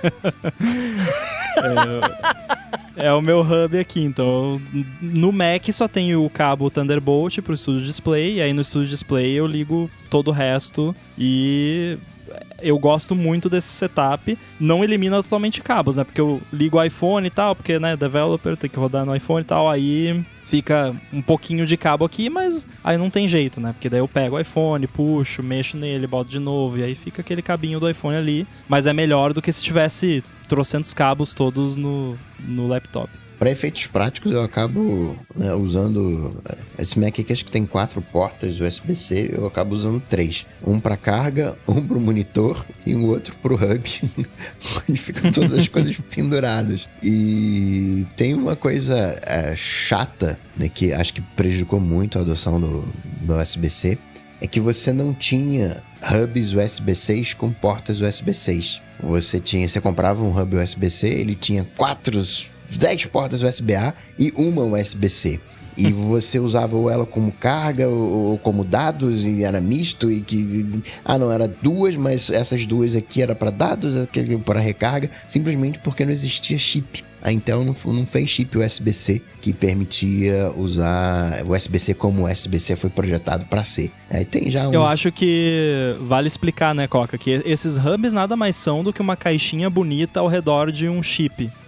S3: É o meu hub aqui, então no Mac só tem o cabo Thunderbolt pro Studio Display, e aí no Studio Display eu ligo todo o resto e eu gosto muito desse setup. Não elimina totalmente cabos, né? Porque eu ligo o iPhone e tal, porque, né, developer tem que rodar no iPhone e tal, aí fica um pouquinho de cabo aqui, mas aí não tem jeito, né? Porque daí eu pego o iPhone, puxo, mexo nele, boto de novo, e aí fica aquele cabinho do iPhone ali. Mas é melhor do que se tivesse trocentos cabos todos no laptop.
S2: Para efeitos práticos, eu acabo usando esse Mac aqui, acho que tem 4 portas USB-C, eu acabo usando 3. Um para carga, um para o monitor e um outro para o hub, onde ficam todas as coisas penduradas. E tem uma coisa chata, né, que acho que prejudicou muito a adoção do USB-C, é que você não tinha hubs USB-Cs com portas USB-Cs. Você comprava um hub USB-C, ele tinha 10 portas USB-A e uma USB-C. E você usava ela como carga ou como dados e era misto e que... não, era 2, mas essas 2 aqui era para dados, aquele para recarga, simplesmente porque não existia chip. A Intel não fez chip USB-C que permitia usar o USB-C como o USB-C foi projetado para ser. Aí tem já
S3: Eu acho que vale explicar, né, Coca, que esses hubs nada mais são do que uma caixinha bonita ao redor de um chip,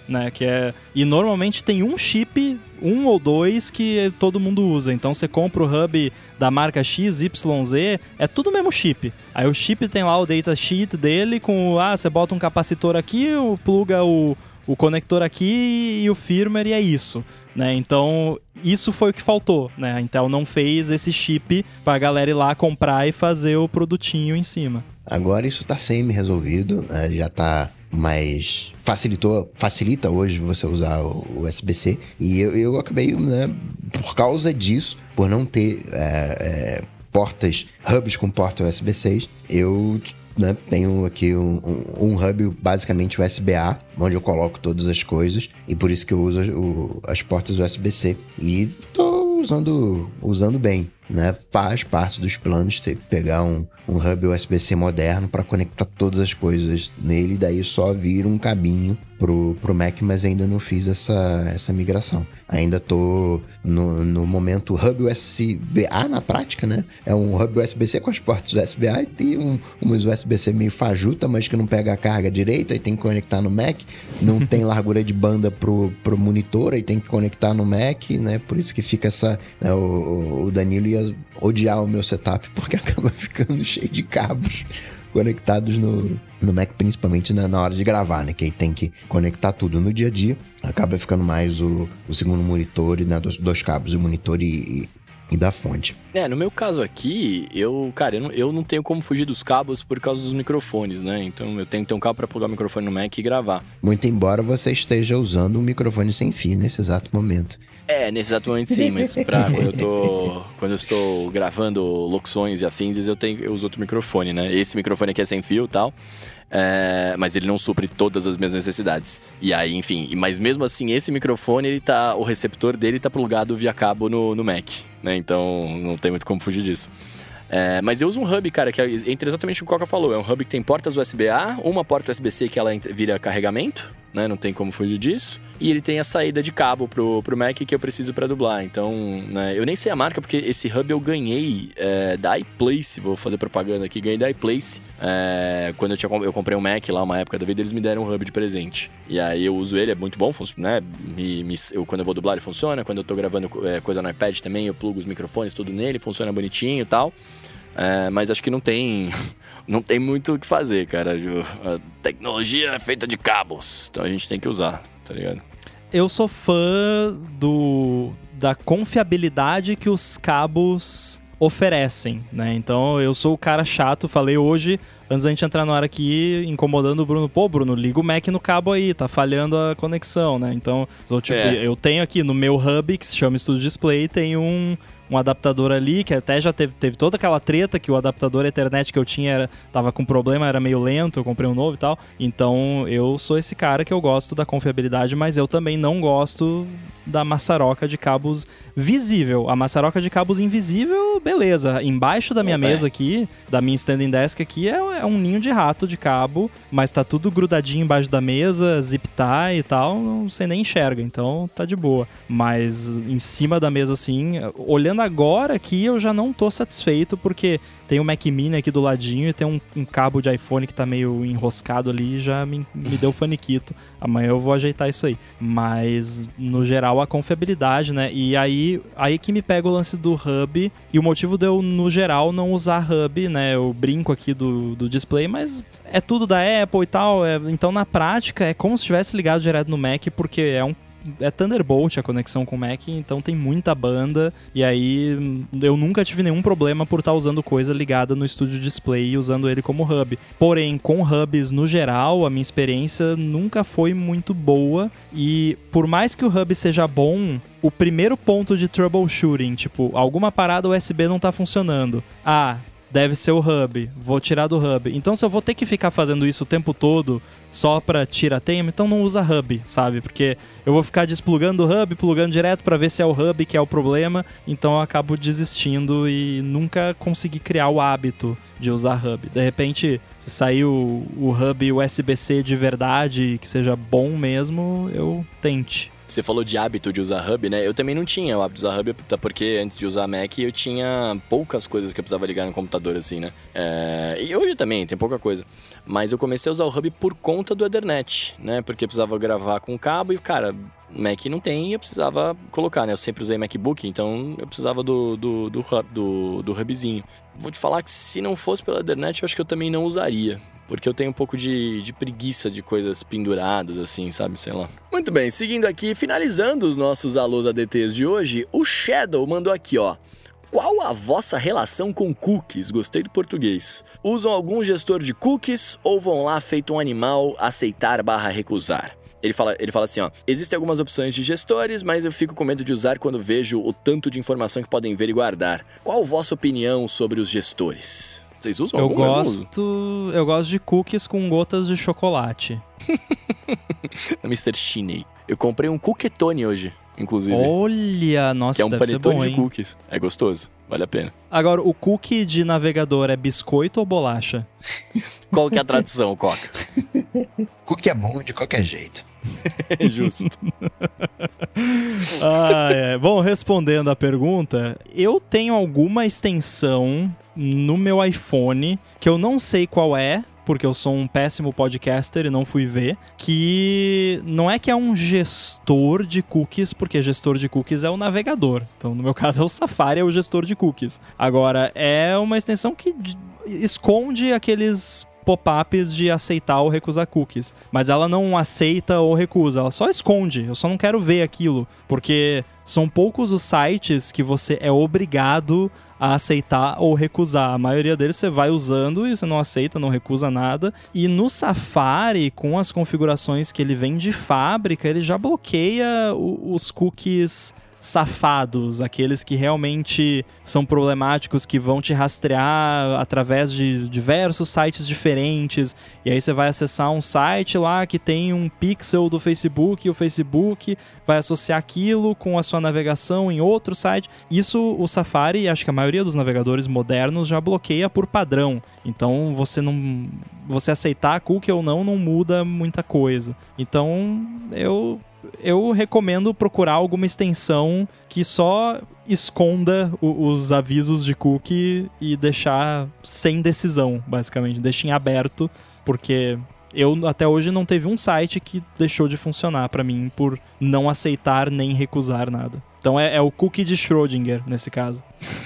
S3: né? E normalmente tem um chip, um ou dois que todo mundo usa. Então você compra o hub da marca XYZ, é tudo o mesmo chip. Aí o chip tem lá o datasheet dele com, você bota um capacitor aqui, pluga o conector aqui e o firmware e é isso, né? Então isso foi o que faltou, né? A Intel não fez esse chip pra galera ir lá comprar e fazer o produtinho em cima.
S2: Agora isso tá semi-resolvido, né? Já tá mais... facilita hoje você usar o USB-C. E eu acabei, né, por causa disso, por não ter hubs com porta USB-C, eu... né, tenho aqui um hub basicamente USB-A, onde eu coloco todas as coisas, e por isso que eu uso as portas USB-C. E tô usando bem, né? Faz parte dos planos ter que pegar um hub USB-C moderno para conectar todas as coisas nele, e daí só vir um cabinho pro Mac, mas ainda não fiz essa migração. Ainda tô no momento hub USB-A na prática, né? É um hub USB-C com as portas USB-A e tem umas USB-C meio fajuta, mas que não pega a carga direito, aí tem que conectar no Mac. Não tem largura de banda pro monitor, aí tem que conectar no Mac, né? Por isso que fica essa... Né? O Danilo ia odiar o meu setup, porque acaba ficando cheio de cabos conectados no Mac, principalmente na hora de gravar, né? Que aí tem que conectar tudo no dia a dia. Acaba ficando mais o segundo monitor, né? Dois cabos, o monitor e da fonte.
S1: No meu caso aqui, eu não tenho como fugir dos cabos por causa dos microfones, né? Então eu tenho que ter um cabo para plugar o microfone no Mac e gravar.
S2: Muito embora você esteja usando um microfone sem fio nesse exato momento.
S1: Nesse exato momento sim, mas quando eu estou gravando locuções e afins, eu uso outro microfone, né? Esse microfone aqui é sem fio e tal, mas ele não supre todas as minhas necessidades. E aí, enfim, mas mesmo assim, esse microfone, o receptor dele tá plugado via cabo no Mac, né? Então não tem muito como fugir disso. Mas eu uso um hub, cara, que entra exatamente o que o Coca falou. É um hub que tem portas USB-A, uma porta USB-C que ela vira carregamento, né? Não tem como fugir disso. E ele tem a saída de cabo pro Mac que eu preciso pra dublar. Então, né, eu nem sei a marca, porque esse hub eu ganhei da iPlace. Vou fazer propaganda aqui. Ganhei da iPlace. Quando eu comprei um Mac lá, uma época da vida, eles me deram um hub de presente. E aí eu uso ele, é muito bom, né? Quando eu vou dublar, ele funciona. Quando eu tô gravando coisa no iPad também, eu plugo os microfones tudo nele, funciona bonitinho e tal. Mas acho que não tem muito o que fazer, cara. A tecnologia é feita de cabos, então a gente tem que usar, tá ligado?
S3: Eu sou fã da confiabilidade que os cabos oferecem, né? Então eu sou o cara chato, falei hoje, antes da gente entrar no ar aqui, incomodando o Bruno. Pô, Bruno, liga o Mac no cabo aí, tá falhando a conexão, né? Então, eu tenho aqui no meu hub, que se chama Studio Display, tem um adaptador ali, que até já teve toda aquela treta que o adaptador Ethernet que eu tinha tava com problema, era meio lento, eu comprei um novo e tal. Então eu sou esse cara que eu gosto da confiabilidade, mas eu também não gosto da maçaroca de cabos visível. A maçaroca de cabos invisível, beleza. Embaixo da minha mesa aqui, da minha standing desk aqui, é um ninho de rato de cabo, mas tá tudo grudadinho embaixo da mesa, zip tie e tal, você nem enxerga, então tá de boa. Mas em cima da mesa assim, olhando agora aqui, eu já não tô satisfeito, porque tem o Mac Mini aqui do ladinho e tem um cabo de iPhone que tá meio enroscado ali e já me deu faniquito. Amanhã eu vou ajeitar isso aí. Mas, no geral, a confiabilidade, né? E aí que me pega o lance do hub, e o motivo de eu, no geral, não usar hub, né? Eu brinco aqui do display, mas é tudo da Apple e tal. Então, na prática, é como se tivesse ligado direto no Mac, porque é Thunderbolt a conexão com o Mac, então tem muita banda, e aí eu nunca tive nenhum problema por estar usando coisa ligada no Studio Display e usando ele como hub. Porém, com hubs no geral, a minha experiência nunca foi muito boa, e por mais que o hub seja bom, o primeiro ponto de troubleshooting, tipo, alguma parada USB não tá funcionando. Deve ser o hub, vou tirar do hub. Então, se eu vou ter que ficar fazendo isso o tempo todo só pra tirar tema, então não usa hub, sabe? Porque eu vou ficar desplugando o hub, plugando direto pra ver se é o hub que é o problema, então eu acabo desistindo e nunca consegui criar o hábito de usar hub. De repente, se sair o hub USB-C de verdade, que seja bom mesmo, eu tente.
S1: Você falou de hábito de usar Hub, né? Eu também não tinha o hábito de usar Hub, porque antes de usar Mac eu tinha poucas coisas que eu precisava ligar no computador, assim, né? E hoje também tem pouca coisa. Mas eu comecei a usar o Hub por conta do Ethernet, né? Porque eu precisava gravar com cabo e, cara, Mac não tem e eu precisava colocar, né? Eu sempre usei MacBook, então eu precisava do Hubzinho. Vou te falar que se não fosse pela Ethernet, eu acho que eu também não usaria. Porque eu tenho um pouco de preguiça de coisas penduradas, assim, sabe? Sei lá. Muito bem, seguindo aqui, finalizando os nossos alôs ADTs de hoje, o Shadow mandou aqui, ó. Qual a vossa relação com cookies? Gostei do português. Usam algum gestor de cookies ou vão lá feito um animal aceitar/recusar? Ele fala assim, ó. Existem algumas opções de gestores, mas eu fico com medo de usar quando vejo o tanto de informação que podem ver e guardar. Qual a vossa opinião sobre os gestores? Vocês usam algum?
S3: Eu gosto de cookies com gotas de chocolate.
S1: Mr. Chiney. Eu comprei um cookietone hoje, inclusive.
S3: Olha, nossa,
S1: que é um
S3: deve ser
S1: panetone
S3: bom,
S1: de
S3: hein?
S1: cookies. É gostoso, vale a pena.
S3: Agora, o cookie de navegador é biscoito ou bolacha?
S1: Qual que é a tradução, Coca?
S2: Cookie é bom de qualquer jeito.
S1: Justo.
S3: Bom, respondendo a pergunta, eu tenho alguma extensão no meu iPhone, que eu não sei qual é, porque eu sou um péssimo podcaster e não fui ver, que não é que é um gestor de cookies, porque gestor de cookies é o navegador. Então, no meu caso, é o Safari, é o gestor de cookies. Agora, é uma extensão que esconde aqueles pop-ups de aceitar ou recusar cookies. Mas ela não aceita ou recusa, ela só esconde. Eu só não quero ver aquilo, porque são poucos os sites que você é obrigado a aceitar ou recusar. A maioria deles você vai usando e você não aceita, não recusa nada. E no Safari, com as configurações que ele vem de fábrica, ele já bloqueia os cookies safados, aqueles que realmente são problemáticos, que vão te rastrear através de diversos sites diferentes, e aí você vai acessar um site lá que tem um pixel do Facebook, e o Facebook vai associar aquilo com a sua navegação em outro site. Isso o Safari, acho que a maioria dos navegadores modernos já bloqueia por padrão, então você aceitar a cookie ou não muda muita coisa. Então eu recomendo procurar alguma extensão que só esconda os avisos de cookie e deixar sem decisão, basicamente. Deixe em aberto, porque eu até hoje não teve um site que deixou de funcionar pra mim por não aceitar nem recusar nada. Então é o cookie de Schrödinger, nesse caso.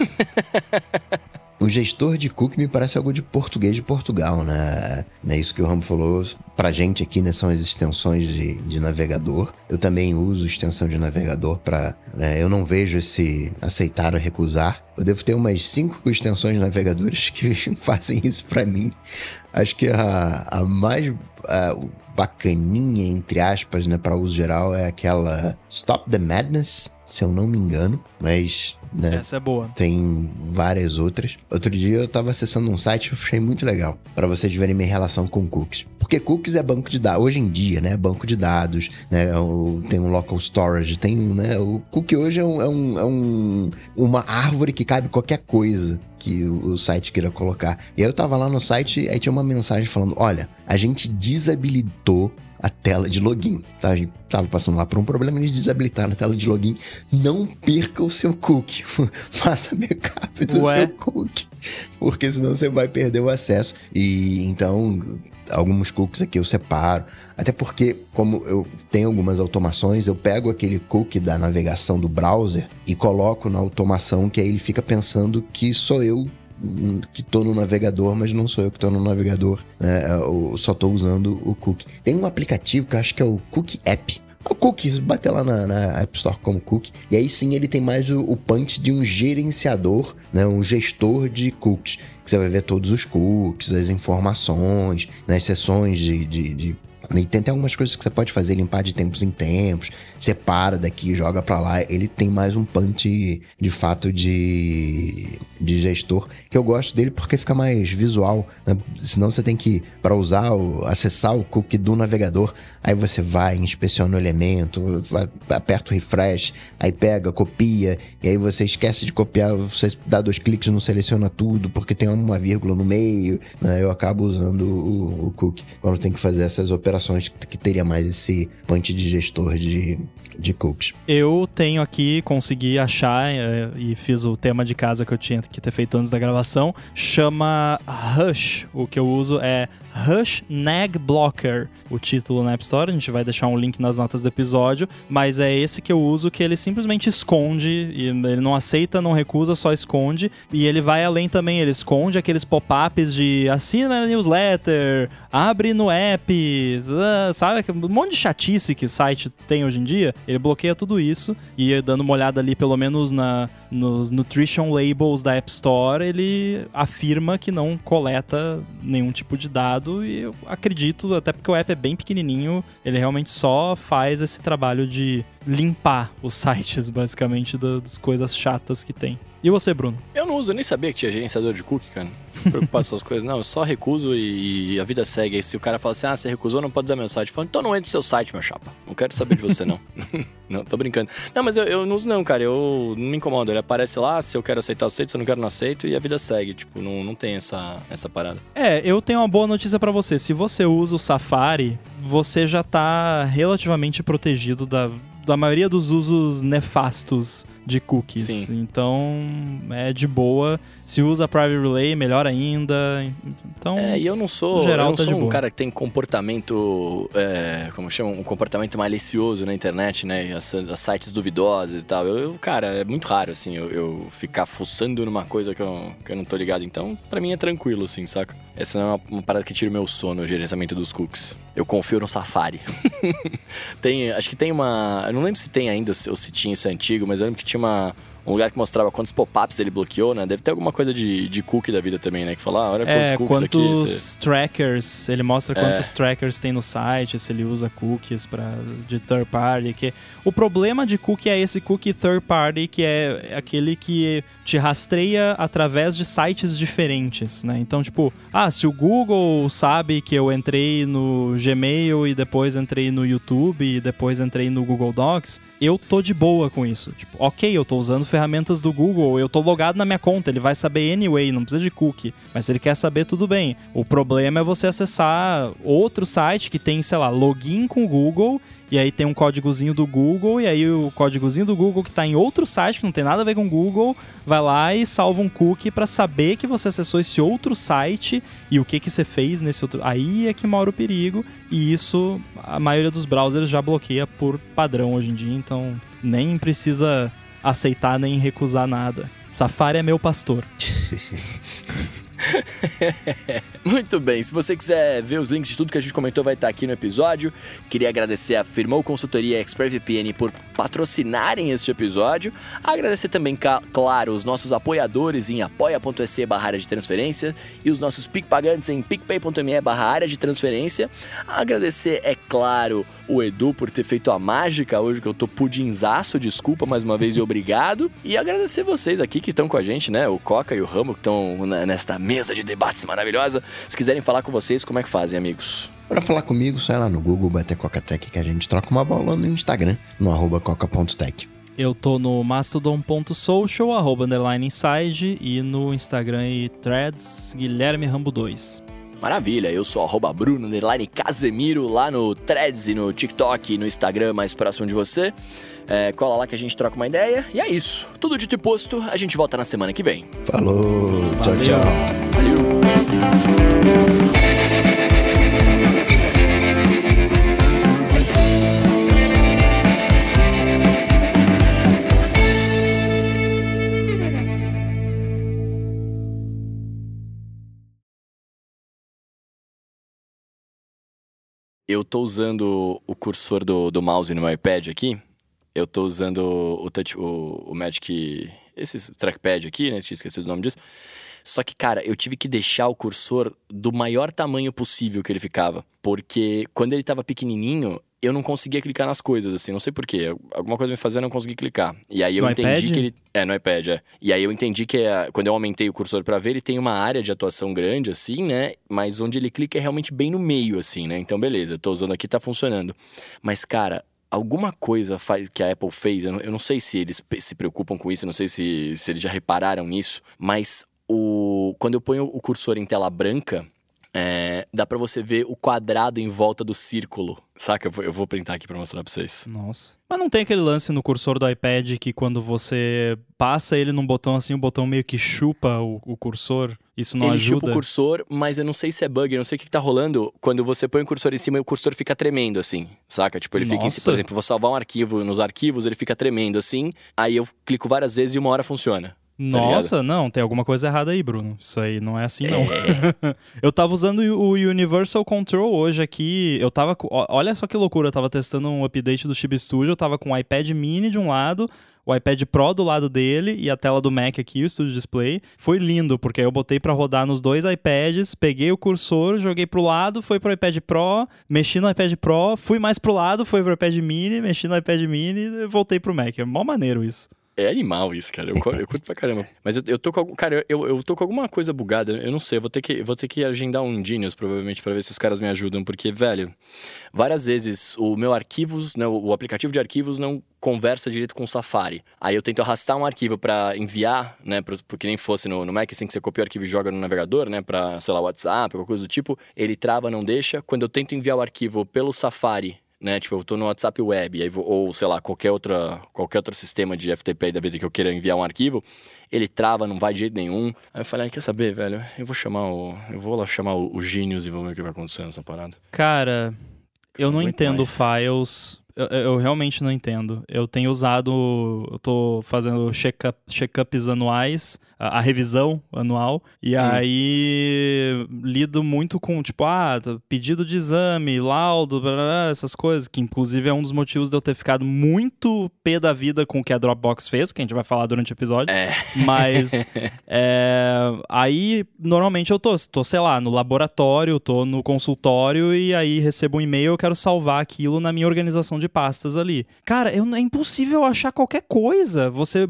S2: O gestor de cookie me parece algo de português de Portugal, né? É isso que o Rambo falou. Pra gente aqui, né, são as extensões de navegador. Eu também uso extensão de navegador pra... eu não vejo esse aceitar ou recusar. Eu devo ter umas 5 extensões de navegadores que fazem isso pra mim. Acho que a mais bacaninha, entre aspas, né, pra uso geral, é aquela Stop the Madness, se eu não me engano. Mas... né,
S3: essa é boa.
S2: Tem várias outras. Outro dia eu tava acessando um site que eu achei muito legal, pra vocês verem minha relação com cookies. Porque cookies é banco de dados. Hoje em dia, né? Banco de dados, né? Tem um local storage, tem, né? O cookie hoje é uma árvore que cabe qualquer coisa que o site queira colocar. E aí eu tava lá no site, aí tinha uma mensagem falando: olha, a gente desabilitou a tela de login, tá? A gente tava passando lá por um problema, eles desabilitaram a tela de login. Não perca o seu cookie. Faça backup do seu cookie, porque senão você vai perder o acesso. E então, alguns cookies aqui eu separo. Até porque, como eu tenho algumas automações, eu pego aquele cookie da navegação do browser e coloco na automação, que aí ele fica pensando que sou eu que tô no navegador, mas não sou eu que tô no navegador, né? Eu só tô usando o cookie. Tem um aplicativo que eu acho que é o Cookie App. O cookie, bater lá na App Store como cookie, e aí sim ele tem mais o punch de um gerenciador, né? Um gestor de cookies, que você vai ver todos os cookies, as informações, né? As sessões de e tem até algumas coisas que você pode fazer, limpar de tempos em tempos, separa daqui, joga pra lá. Ele tem mais um punch, de fato, de gestor, que eu gosto dele porque fica mais visual, né? Senão você tem que, para usar, acessar o cookie do navegador, aí você vai, inspeciona o elemento, aperta o refresh, aí pega, copia, e aí você esquece de copiar, você dá 2 cliques, não seleciona tudo, porque tem uma vírgula no meio, né? Eu acabo usando o cookie quando tem que fazer essas operações que teria mais esse point de gestor de cookies.
S3: Eu tenho aqui, consegui achar e fiz o tema de casa que eu tinha que ter feito antes da gravação, chama Hush. O que eu uso é Hush Nag Blocker, o título na App Store. A gente vai deixar um link nas notas do episódio, mas é esse que eu uso, que ele simplesmente esconde, e ele não aceita, não recusa, só esconde, e ele vai além também, ele esconde aqueles pop-ups de assina a newsletter, abre no app, sabe, um monte de chatice que site tem hoje em dia. Ele bloqueia tudo isso, e dando uma olhada ali, pelo menos nos Nutrition Labels da App Store, ele afirma que não coleta nenhum tipo de dado, e eu acredito, até porque o app é bem pequenininho, ele realmente só faz esse trabalho de limpar os sites, basicamente, das coisas chatas que tem. E você, Bruno?
S1: Eu não uso, eu nem sabia que tinha gerenciador de cookie, cara. Fico preocupado com essas coisas. Não, eu só recuso e a vida segue. Aí se o cara fala assim, você recusou, não pode usar meu site. Eu falo, então não entre no seu site, meu chapa. Não quero saber de você, não. Não, tô brincando. Não, mas eu não uso não, cara. Eu não me incomodo. Ele aparece lá, se eu quero aceitar, eu aceito. Se eu não quero, não aceito. E a vida segue. Tipo, não tem essa parada.
S3: Eu tenho uma boa notícia pra você. Se você usa o Safari, você já tá relativamente protegido da maioria dos usos nefastos de cookies.
S1: Sim.
S3: Então, é de boa. Se usa Private Relay, melhor ainda. Então,
S1: e eu não sou,
S3: geral,
S1: eu não sou
S3: um
S1: cara que tem comportamento, como chama? Um comportamento malicioso na internet, né? As sites duvidosos e tal. Cara, é muito raro, assim, eu ficar fuçando numa coisa que eu não tô ligado. Então, pra mim é tranquilo, assim, saca? Essa não é uma parada que tira o meu sono, o gerenciamento dos cookies. Eu confio no Safari. Acho que tem uma... Eu não lembro se tem ainda, ou se tinha, isso é antigo, mas eu lembro que tinha um lugar que mostrava quantos pop-ups ele bloqueou, né? Deve ter alguma coisa de cookie da vida também, né? Que fala, olha quantos cookies aqui.
S3: Quantos trackers, ele mostra quantos trackers tem no site, se ele usa cookies de third party. O problema de cookie é esse cookie third party, que é aquele que te rastreia através de sites diferentes, né? Então, tipo, se o Google sabe que eu entrei no Gmail e depois entrei no YouTube e depois entrei no Google Docs, eu tô de boa com isso. Tipo, ok, eu tô usando ferramentas do Google, eu tô logado na minha conta, ele vai saber anyway, não precisa de cookie. Mas se ele quer saber, tudo bem. O problema é você acessar outro site que tem, sei lá, login com o Google, e aí tem um códigozinho do Google, e aí o códigozinho do Google que tá em outro site, que não tem nada a ver com o Google, vai lá e salva um cookie pra saber que você acessou esse outro site e o que você fez nesse outro... Aí é que mora o perigo, e isso a maioria dos browsers já bloqueia por padrão hoje em dia, então nem precisa aceitar nem recusar nada. Safari é meu pastor.
S1: Muito bem, se você quiser ver os links de tudo que a gente comentou, vai estar aqui no episódio. Queria agradecer a Firmou Consultoria e a ExpressVPN por patrocinarem este episódio. Agradecer também, claro, os nossos apoiadores em apoia.se/área de transferência e os nossos PicPagantes em picpay.me/área de transferência. Agradecer, é claro, o Edu por ter feito a mágica hoje, que eu tô pudinzaço, desculpa mais uma vez e obrigado. E agradecer vocês aqui que estão com a gente, né? O Coca e o Ramo que estão nesta mesa de debates maravilhosa. Se quiserem falar com vocês, como é que fazem, amigos?
S2: Para falar comigo, sai lá no Google, bater Coca-Tech, que a gente troca uma bola no Instagram, no @coca.tech.
S3: Eu tô no mastodon.social, @inside, e no Instagram e Threads, Guilherme Rambo 2.
S1: Maravilha, eu sou @Bruno_Casemiro lá no Threads e no TikTok e no Instagram mais próximo de você. Cola lá que a gente troca uma ideia. E é isso. Tudo dito e posto, a gente volta na semana que vem.
S2: Falou, tchau, tchau.
S1: Valeu. Eu tô usando o cursor do mouse no meu iPad aqui. Eu tô usando o Magic... Esse trackpad aqui, né? Tinha esquecido o nome disso. Só que, cara, eu tive que deixar o cursor do maior tamanho possível que ele ficava. Porque quando ele tava pequenininho, eu não conseguia clicar nas coisas, assim, não sei porquê. Alguma coisa me fazia, eu não consegui clicar. E aí eu
S3: No
S1: entendi
S3: iPad?
S1: que ele... no iPad, E aí eu entendi que quando eu aumentei o cursor pra ver, ele tem uma área de atuação grande, assim, né? Mas onde ele clica é realmente bem no meio, assim, né? Então, beleza, eu tô usando aqui, tá funcionando. Mas, cara, alguma coisa que a Apple fez, eu não sei se eles se preocupam com isso, eu não sei se eles já repararam nisso, mas quando eu ponho o cursor em tela branca, dá pra você ver o quadrado em volta do círculo, saca? Eu vou printar aqui pra mostrar pra vocês.
S3: Nossa. Mas não tem aquele lance no cursor do iPad que quando você passa ele num botão assim, o botão meio que chupa o cursor? Isso não
S1: ele
S3: ajuda?
S1: Ele chupa o cursor, mas eu não sei se é bug, eu não sei o que tá rolando. Quando você põe o cursor em cima, o cursor fica tremendo, assim, saca? Tipo, ele fica em cima, por exemplo, vou salvar um arquivo, nos arquivos ele fica tremendo, assim. Aí eu clico várias vezes e uma hora funciona.
S3: Nossa, não, tem alguma coisa errada aí, Bruno. Isso aí não é assim, não. Eu tava usando o Universal Control hoje aqui. Eu tava. Olha só que loucura, eu tava testando um update do Chibi Studio. Eu tava com o iPad mini de um lado, o iPad Pro do lado dele e a tela do Mac aqui, o Studio Display. Foi lindo, porque aí eu botei pra rodar nos dois iPads, peguei o cursor, joguei pro lado, foi pro iPad Pro, mexi no iPad Pro, fui mais pro lado, foi pro iPad mini, mexi no iPad mini e voltei pro Mac. É mó maneiro isso.
S1: É animal isso, cara. Eu curto pra caramba. Mas eu tô com... Cara, eu tô com alguma coisa bugada. Eu não sei. Eu vou ter que agendar um Genius, provavelmente, pra ver se os caras me ajudam. Porque, velho, várias vezes o meu arquivos, né, o aplicativo de arquivos não conversa direito com o Safari. Aí eu tento arrastar um arquivo pra enviar, né, porque nem fosse no Mac, assim, que você copia o arquivo e joga no navegador, né, pra, sei lá, WhatsApp, qualquer coisa do tipo. Ele trava, não deixa. Quando eu tento enviar o arquivo pelo Safari, né, tipo, eu tô no WhatsApp Web, aí ou, sei lá, qualquer outro sistema de FTP da vida que eu queira enviar um arquivo, ele trava, não vai de jeito nenhum. Aí eu falei, quer saber, velho? Eu vou lá chamar o Genius e vamos ver o que vai acontecer nessa parada.
S3: Cara, eu não entendo
S1: mais.
S3: Files. Eu realmente não entendo. Eu tenho usado... Eu tô fazendo check-ups anuais, a revisão anual, e aí lido muito com, tipo, pedido de exame, laudo, blá, blá, essas coisas, que inclusive é um dos motivos de eu ter ficado muito pé da vida com o que a Dropbox fez, que a gente vai falar durante o episódio. Mas aí, normalmente eu tô, sei lá, no laboratório, tô no consultório, e aí recebo um e-mail, eu quero salvar aquilo na minha organização de pastas ali. Cara, é impossível achar qualquer coisa.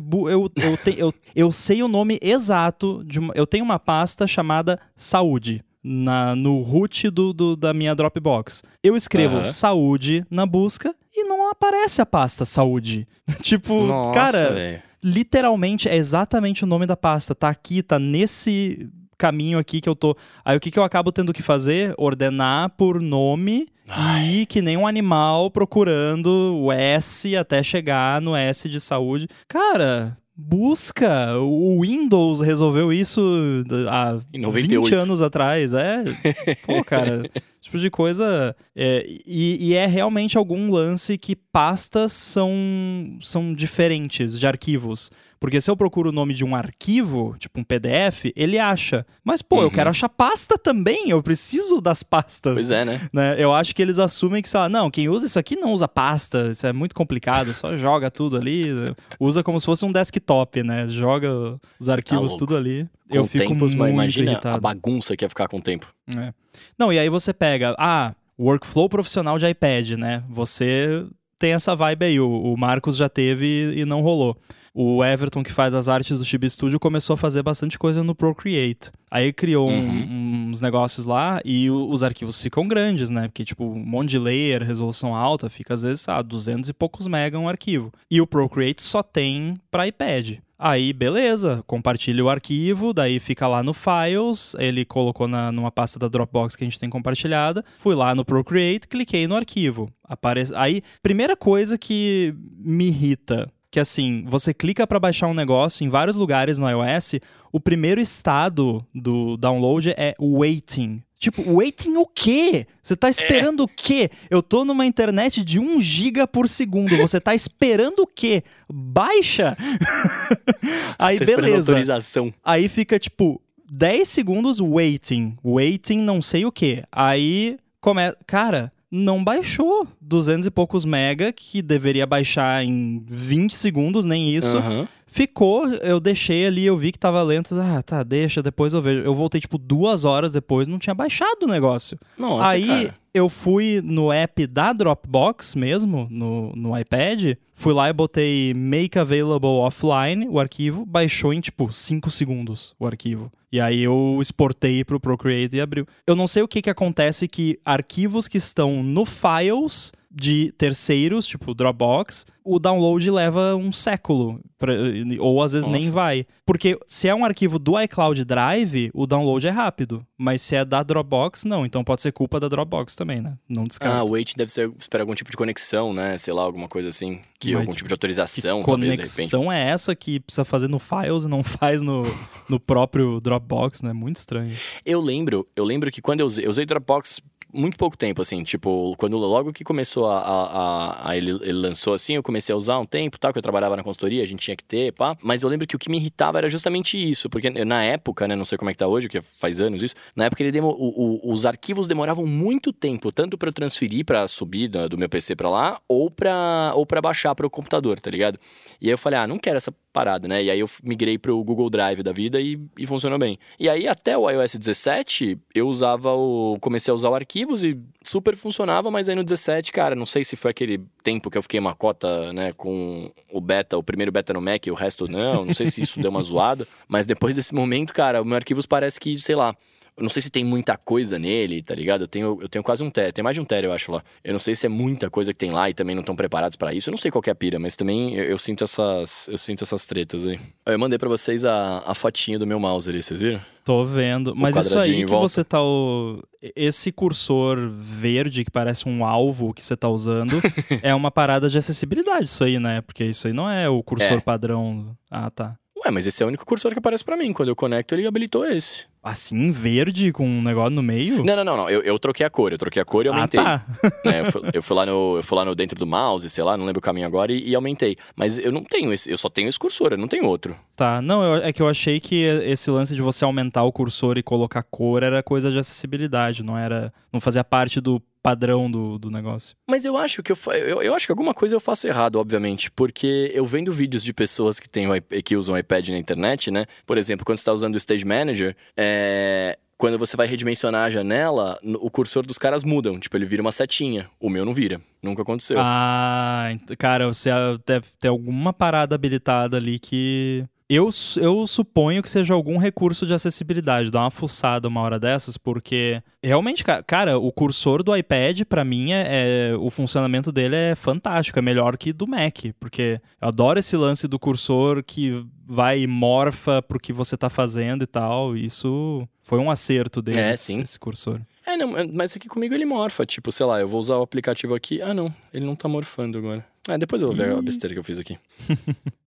S3: Eu sei o nome exato eu tenho uma pasta chamada Saúde no root da minha Dropbox. Eu escrevo Saúde na busca e não aparece a pasta Saúde. Tipo,
S1: nossa,
S3: cara,
S1: véio.
S3: Literalmente é exatamente o nome da pasta. Tá aqui, tá nesse caminho aqui que eu tô. Aí o que eu acabo tendo que fazer? Ordenar por nome e ir que nem um animal procurando o S até chegar no S de saúde. Cara, busca. O Windows resolveu isso há
S1: em 98.
S3: 20 anos atrás. Pô, cara, tipo de coisa. E é realmente algum lance que pastas são diferentes de arquivos. Porque se eu procuro o nome de um arquivo, tipo um PDF, ele acha. Mas, pô, eu quero achar pasta também. Eu preciso das pastas.
S1: Pois é, né?
S3: Eu acho que eles assumem que, sei lá, não, quem usa isso aqui não usa pasta. Isso é muito complicado. Só joga tudo ali. Usa como se fosse um desktop, né? Joga os arquivos tudo ali.
S1: Com
S3: eu fico
S1: tempos,
S3: muito
S1: imagina
S3: irritado.
S1: A bagunça que ia ficar com o tempo.
S3: Não, e aí você pega... workflow profissional de iPad, né? Você tem essa vibe aí. O Marcos já teve e não rolou. O Everton, que faz as artes do Chibi Studio, começou a fazer bastante coisa no Procreate. Aí criou uns negócios lá e os arquivos ficam grandes, né? Porque, tipo, um monte de layer, resolução alta, fica às vezes, 200 e poucos mega um arquivo. E o Procreate só tem para iPad. Aí, beleza, compartilha o arquivo, daí fica lá no Files, ele colocou numa pasta da Dropbox que a gente tem compartilhada, fui lá no Procreate, cliquei no arquivo. Aí, primeira coisa que me irrita, que assim, você clica para baixar um negócio em vários lugares no iOS, o primeiro estado do download é waiting. Tipo, waiting o quê? Você tá esperando o quê? Eu tô numa internet de 1 GB por segundo. Você tá esperando o quê? Baixa! Aí,
S1: tá
S3: beleza.
S1: Autorização.
S3: Aí fica, tipo, 10 segundos waiting. Waiting não sei o quê. Aí, cara... não baixou 200 e poucos mega, que deveria baixar em 20 segundos, nem isso. Ficou, eu deixei ali, eu vi que tava lento. Deixa, depois eu vejo. Eu voltei, tipo, 2 horas depois, não tinha baixado o negócio.
S1: Nossa,
S3: aí,
S1: cara.
S3: eu fui no app da Dropbox mesmo, no iPad, fui lá e botei Make Available Offline, o arquivo, baixou em, 5 segundos o arquivo. E aí eu exportei pro Procreate e abriu. Eu não sei o que acontece que arquivos que estão no Files de terceiros, tipo Dropbox, o download leva um século, ou às vezes nem vai. Porque se é um arquivo do iCloud Drive, o download é rápido, mas se é da Dropbox, não. Então pode ser culpa da Dropbox também, né? Não descarta.
S1: O wait deve ser para algum tipo de conexão, né? Sei lá, alguma coisa assim. Algum tipo de autorização,
S3: que
S1: talvez, de repente.
S3: Conexão é essa que precisa fazer no Files e não faz no próprio Dropbox, né? Muito estranho.
S1: Eu lembro que quando eu usei Dropbox muito pouco tempo, assim, quando logo que começou ele lançou, assim, eu comecei a usar um tempo, tal, que eu trabalhava na consultoria, a gente tinha que ter, pá, mas eu lembro que o que me irritava era justamente isso, porque na época, né, não sei como é que tá hoje, porque faz anos isso, na época os arquivos demoravam muito tempo, tanto pra eu transferir, pra subir do meu PC pra lá, ou pra baixar pro computador, tá ligado? E aí eu falei, não quero essa parada, né? E aí eu migrei pro Google Drive da vida e funcionou bem. E aí até o iOS 17, eu comecei a usar o arquivos e super funcionava, mas aí no 17, cara, não sei se foi aquele tempo que eu fiquei uma cota, né, com o primeiro beta no Mac e o resto não sei se isso deu uma zoada, mas depois desse momento, cara, o meu arquivos parece que, sei lá, eu não sei se tem muita coisa nele, tá ligado? Eu tenho quase 1 tera, tem mais de 1 tera, eu acho lá. Eu não sei se é muita coisa que tem lá e também não estão preparados pra isso. Eu não sei qual que é a pira, mas também eu sinto essas tretas aí. Eu mandei pra vocês a fotinha do meu mouse ali, vocês viram?
S3: Tô vendo. Mas isso aí que você tá... Esse cursor verde que parece um alvo que você tá usando é uma parada de acessibilidade isso aí, né? Porque isso aí não é o cursor padrão. Ah, tá.
S1: Ué, mas esse é o único cursor que aparece pra mim. Quando eu conecto, ele habilitou esse.
S3: Assim, verde com um negócio no meio?
S1: Não. Eu troquei a cor. E aumentei.
S3: Tá.
S1: Eu fui lá no dentro do mouse, sei lá, não lembro o caminho agora, e aumentei. Mas eu não tenho eu só tenho esse cursor, eu não tenho outro.
S3: Tá, não, é que eu achei que esse lance de você aumentar o cursor e colocar cor era coisa de acessibilidade, não fazia parte do padrão do negócio.
S1: Mas eu acho que eu acho que alguma coisa eu faço errado, obviamente, porque eu vendo vídeos de pessoas que usam iPad na internet, né? Por exemplo, quando você tá usando o Stage Manager, quando você vai redimensionar a janela, o cursor dos caras mudam. Tipo, ele vira uma setinha. O meu não vira. Nunca aconteceu.
S3: Cara, você deve ter alguma parada habilitada ali que... Eu suponho que seja algum recurso de acessibilidade. Dá uma fuçada uma hora dessas, porque realmente, cara, o cursor do iPad, pra mim, o funcionamento dele é fantástico. É melhor que do Mac, porque eu adoro esse lance do cursor que vai e morfa pro que você tá fazendo e tal. Isso foi um acerto deles,
S1: sim.
S3: Esse cursor.
S1: Não, mas aqui comigo ele morfa. Tipo, sei lá, eu vou usar o aplicativo aqui. Não, ele não tá morfando agora. Depois eu vou ver a besteira que eu fiz aqui.